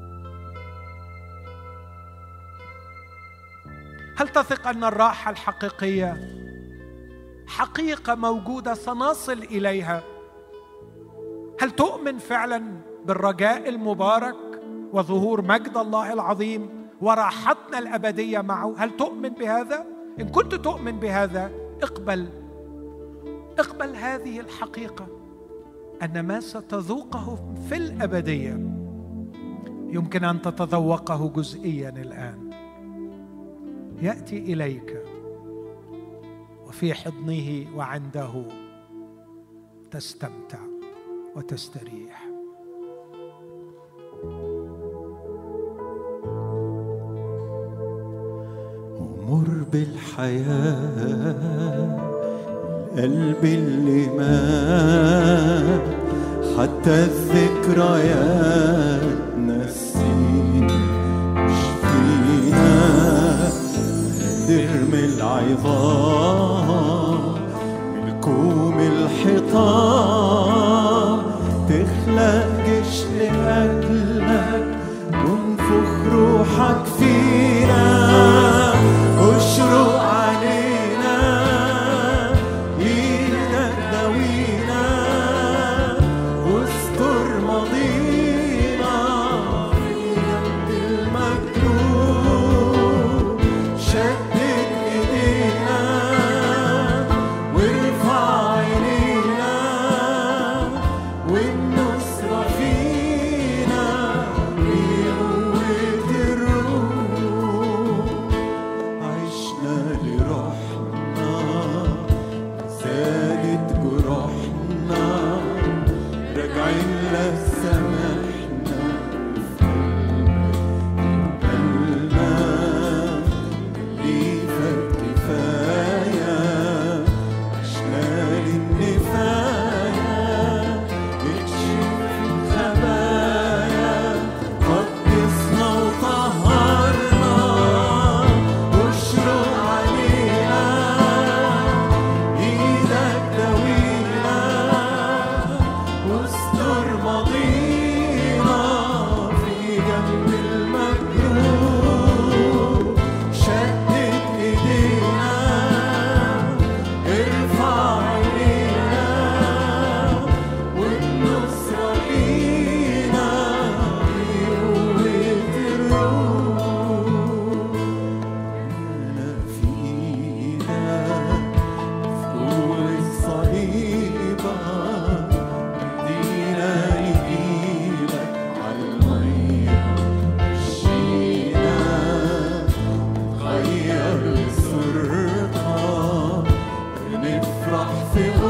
هل تثق أن الراحة الحقيقية حقيقة موجودة سنصل إليها. هل تؤمن فعلا بالرجاء المبارك وظهور مجد الله العظيم وراحتنا الأبدية معه؟ هل تؤمن بهذا؟ إن كنت تؤمن بهذا اقبل اقبل هذه الحقيقة، أن ما ستذوقه في الأبدية يمكن أن تتذوقه جزئيا الآن. يأتي إليك وفي حضنه وعنده تستمتع وتستريح. مر بالحياة القلب اللي مات، حتى الذكريات نسينا مش فينا، درم العظام بالكوم الحيطان، تخلق جيش لأجلك تنفخ روحك فينا، اشرق علينا ايدك داوينا، واستر ماضينا في جنب المكتوب، شدد ايدينا وارفع عينينا، والنصرة فينا بقوة الروح، عشنا لروحنا زادت جروحنا، راجعين لسامحنا في قلبنا، اللي فات كفاية عشنا للنفاية، اكشف خبايا قدسنا وطهرنا، واشرق علينا ايدك داوينا، واستر ماضينا في جنب المكتوب، شدد ايدينا ارفع عينينا، والنصرة لينا بقوة الروح، انا في ايدك في قوة صليبك، ادينا ايديلك عالمية مشينا، تغير صورتها، نفرح في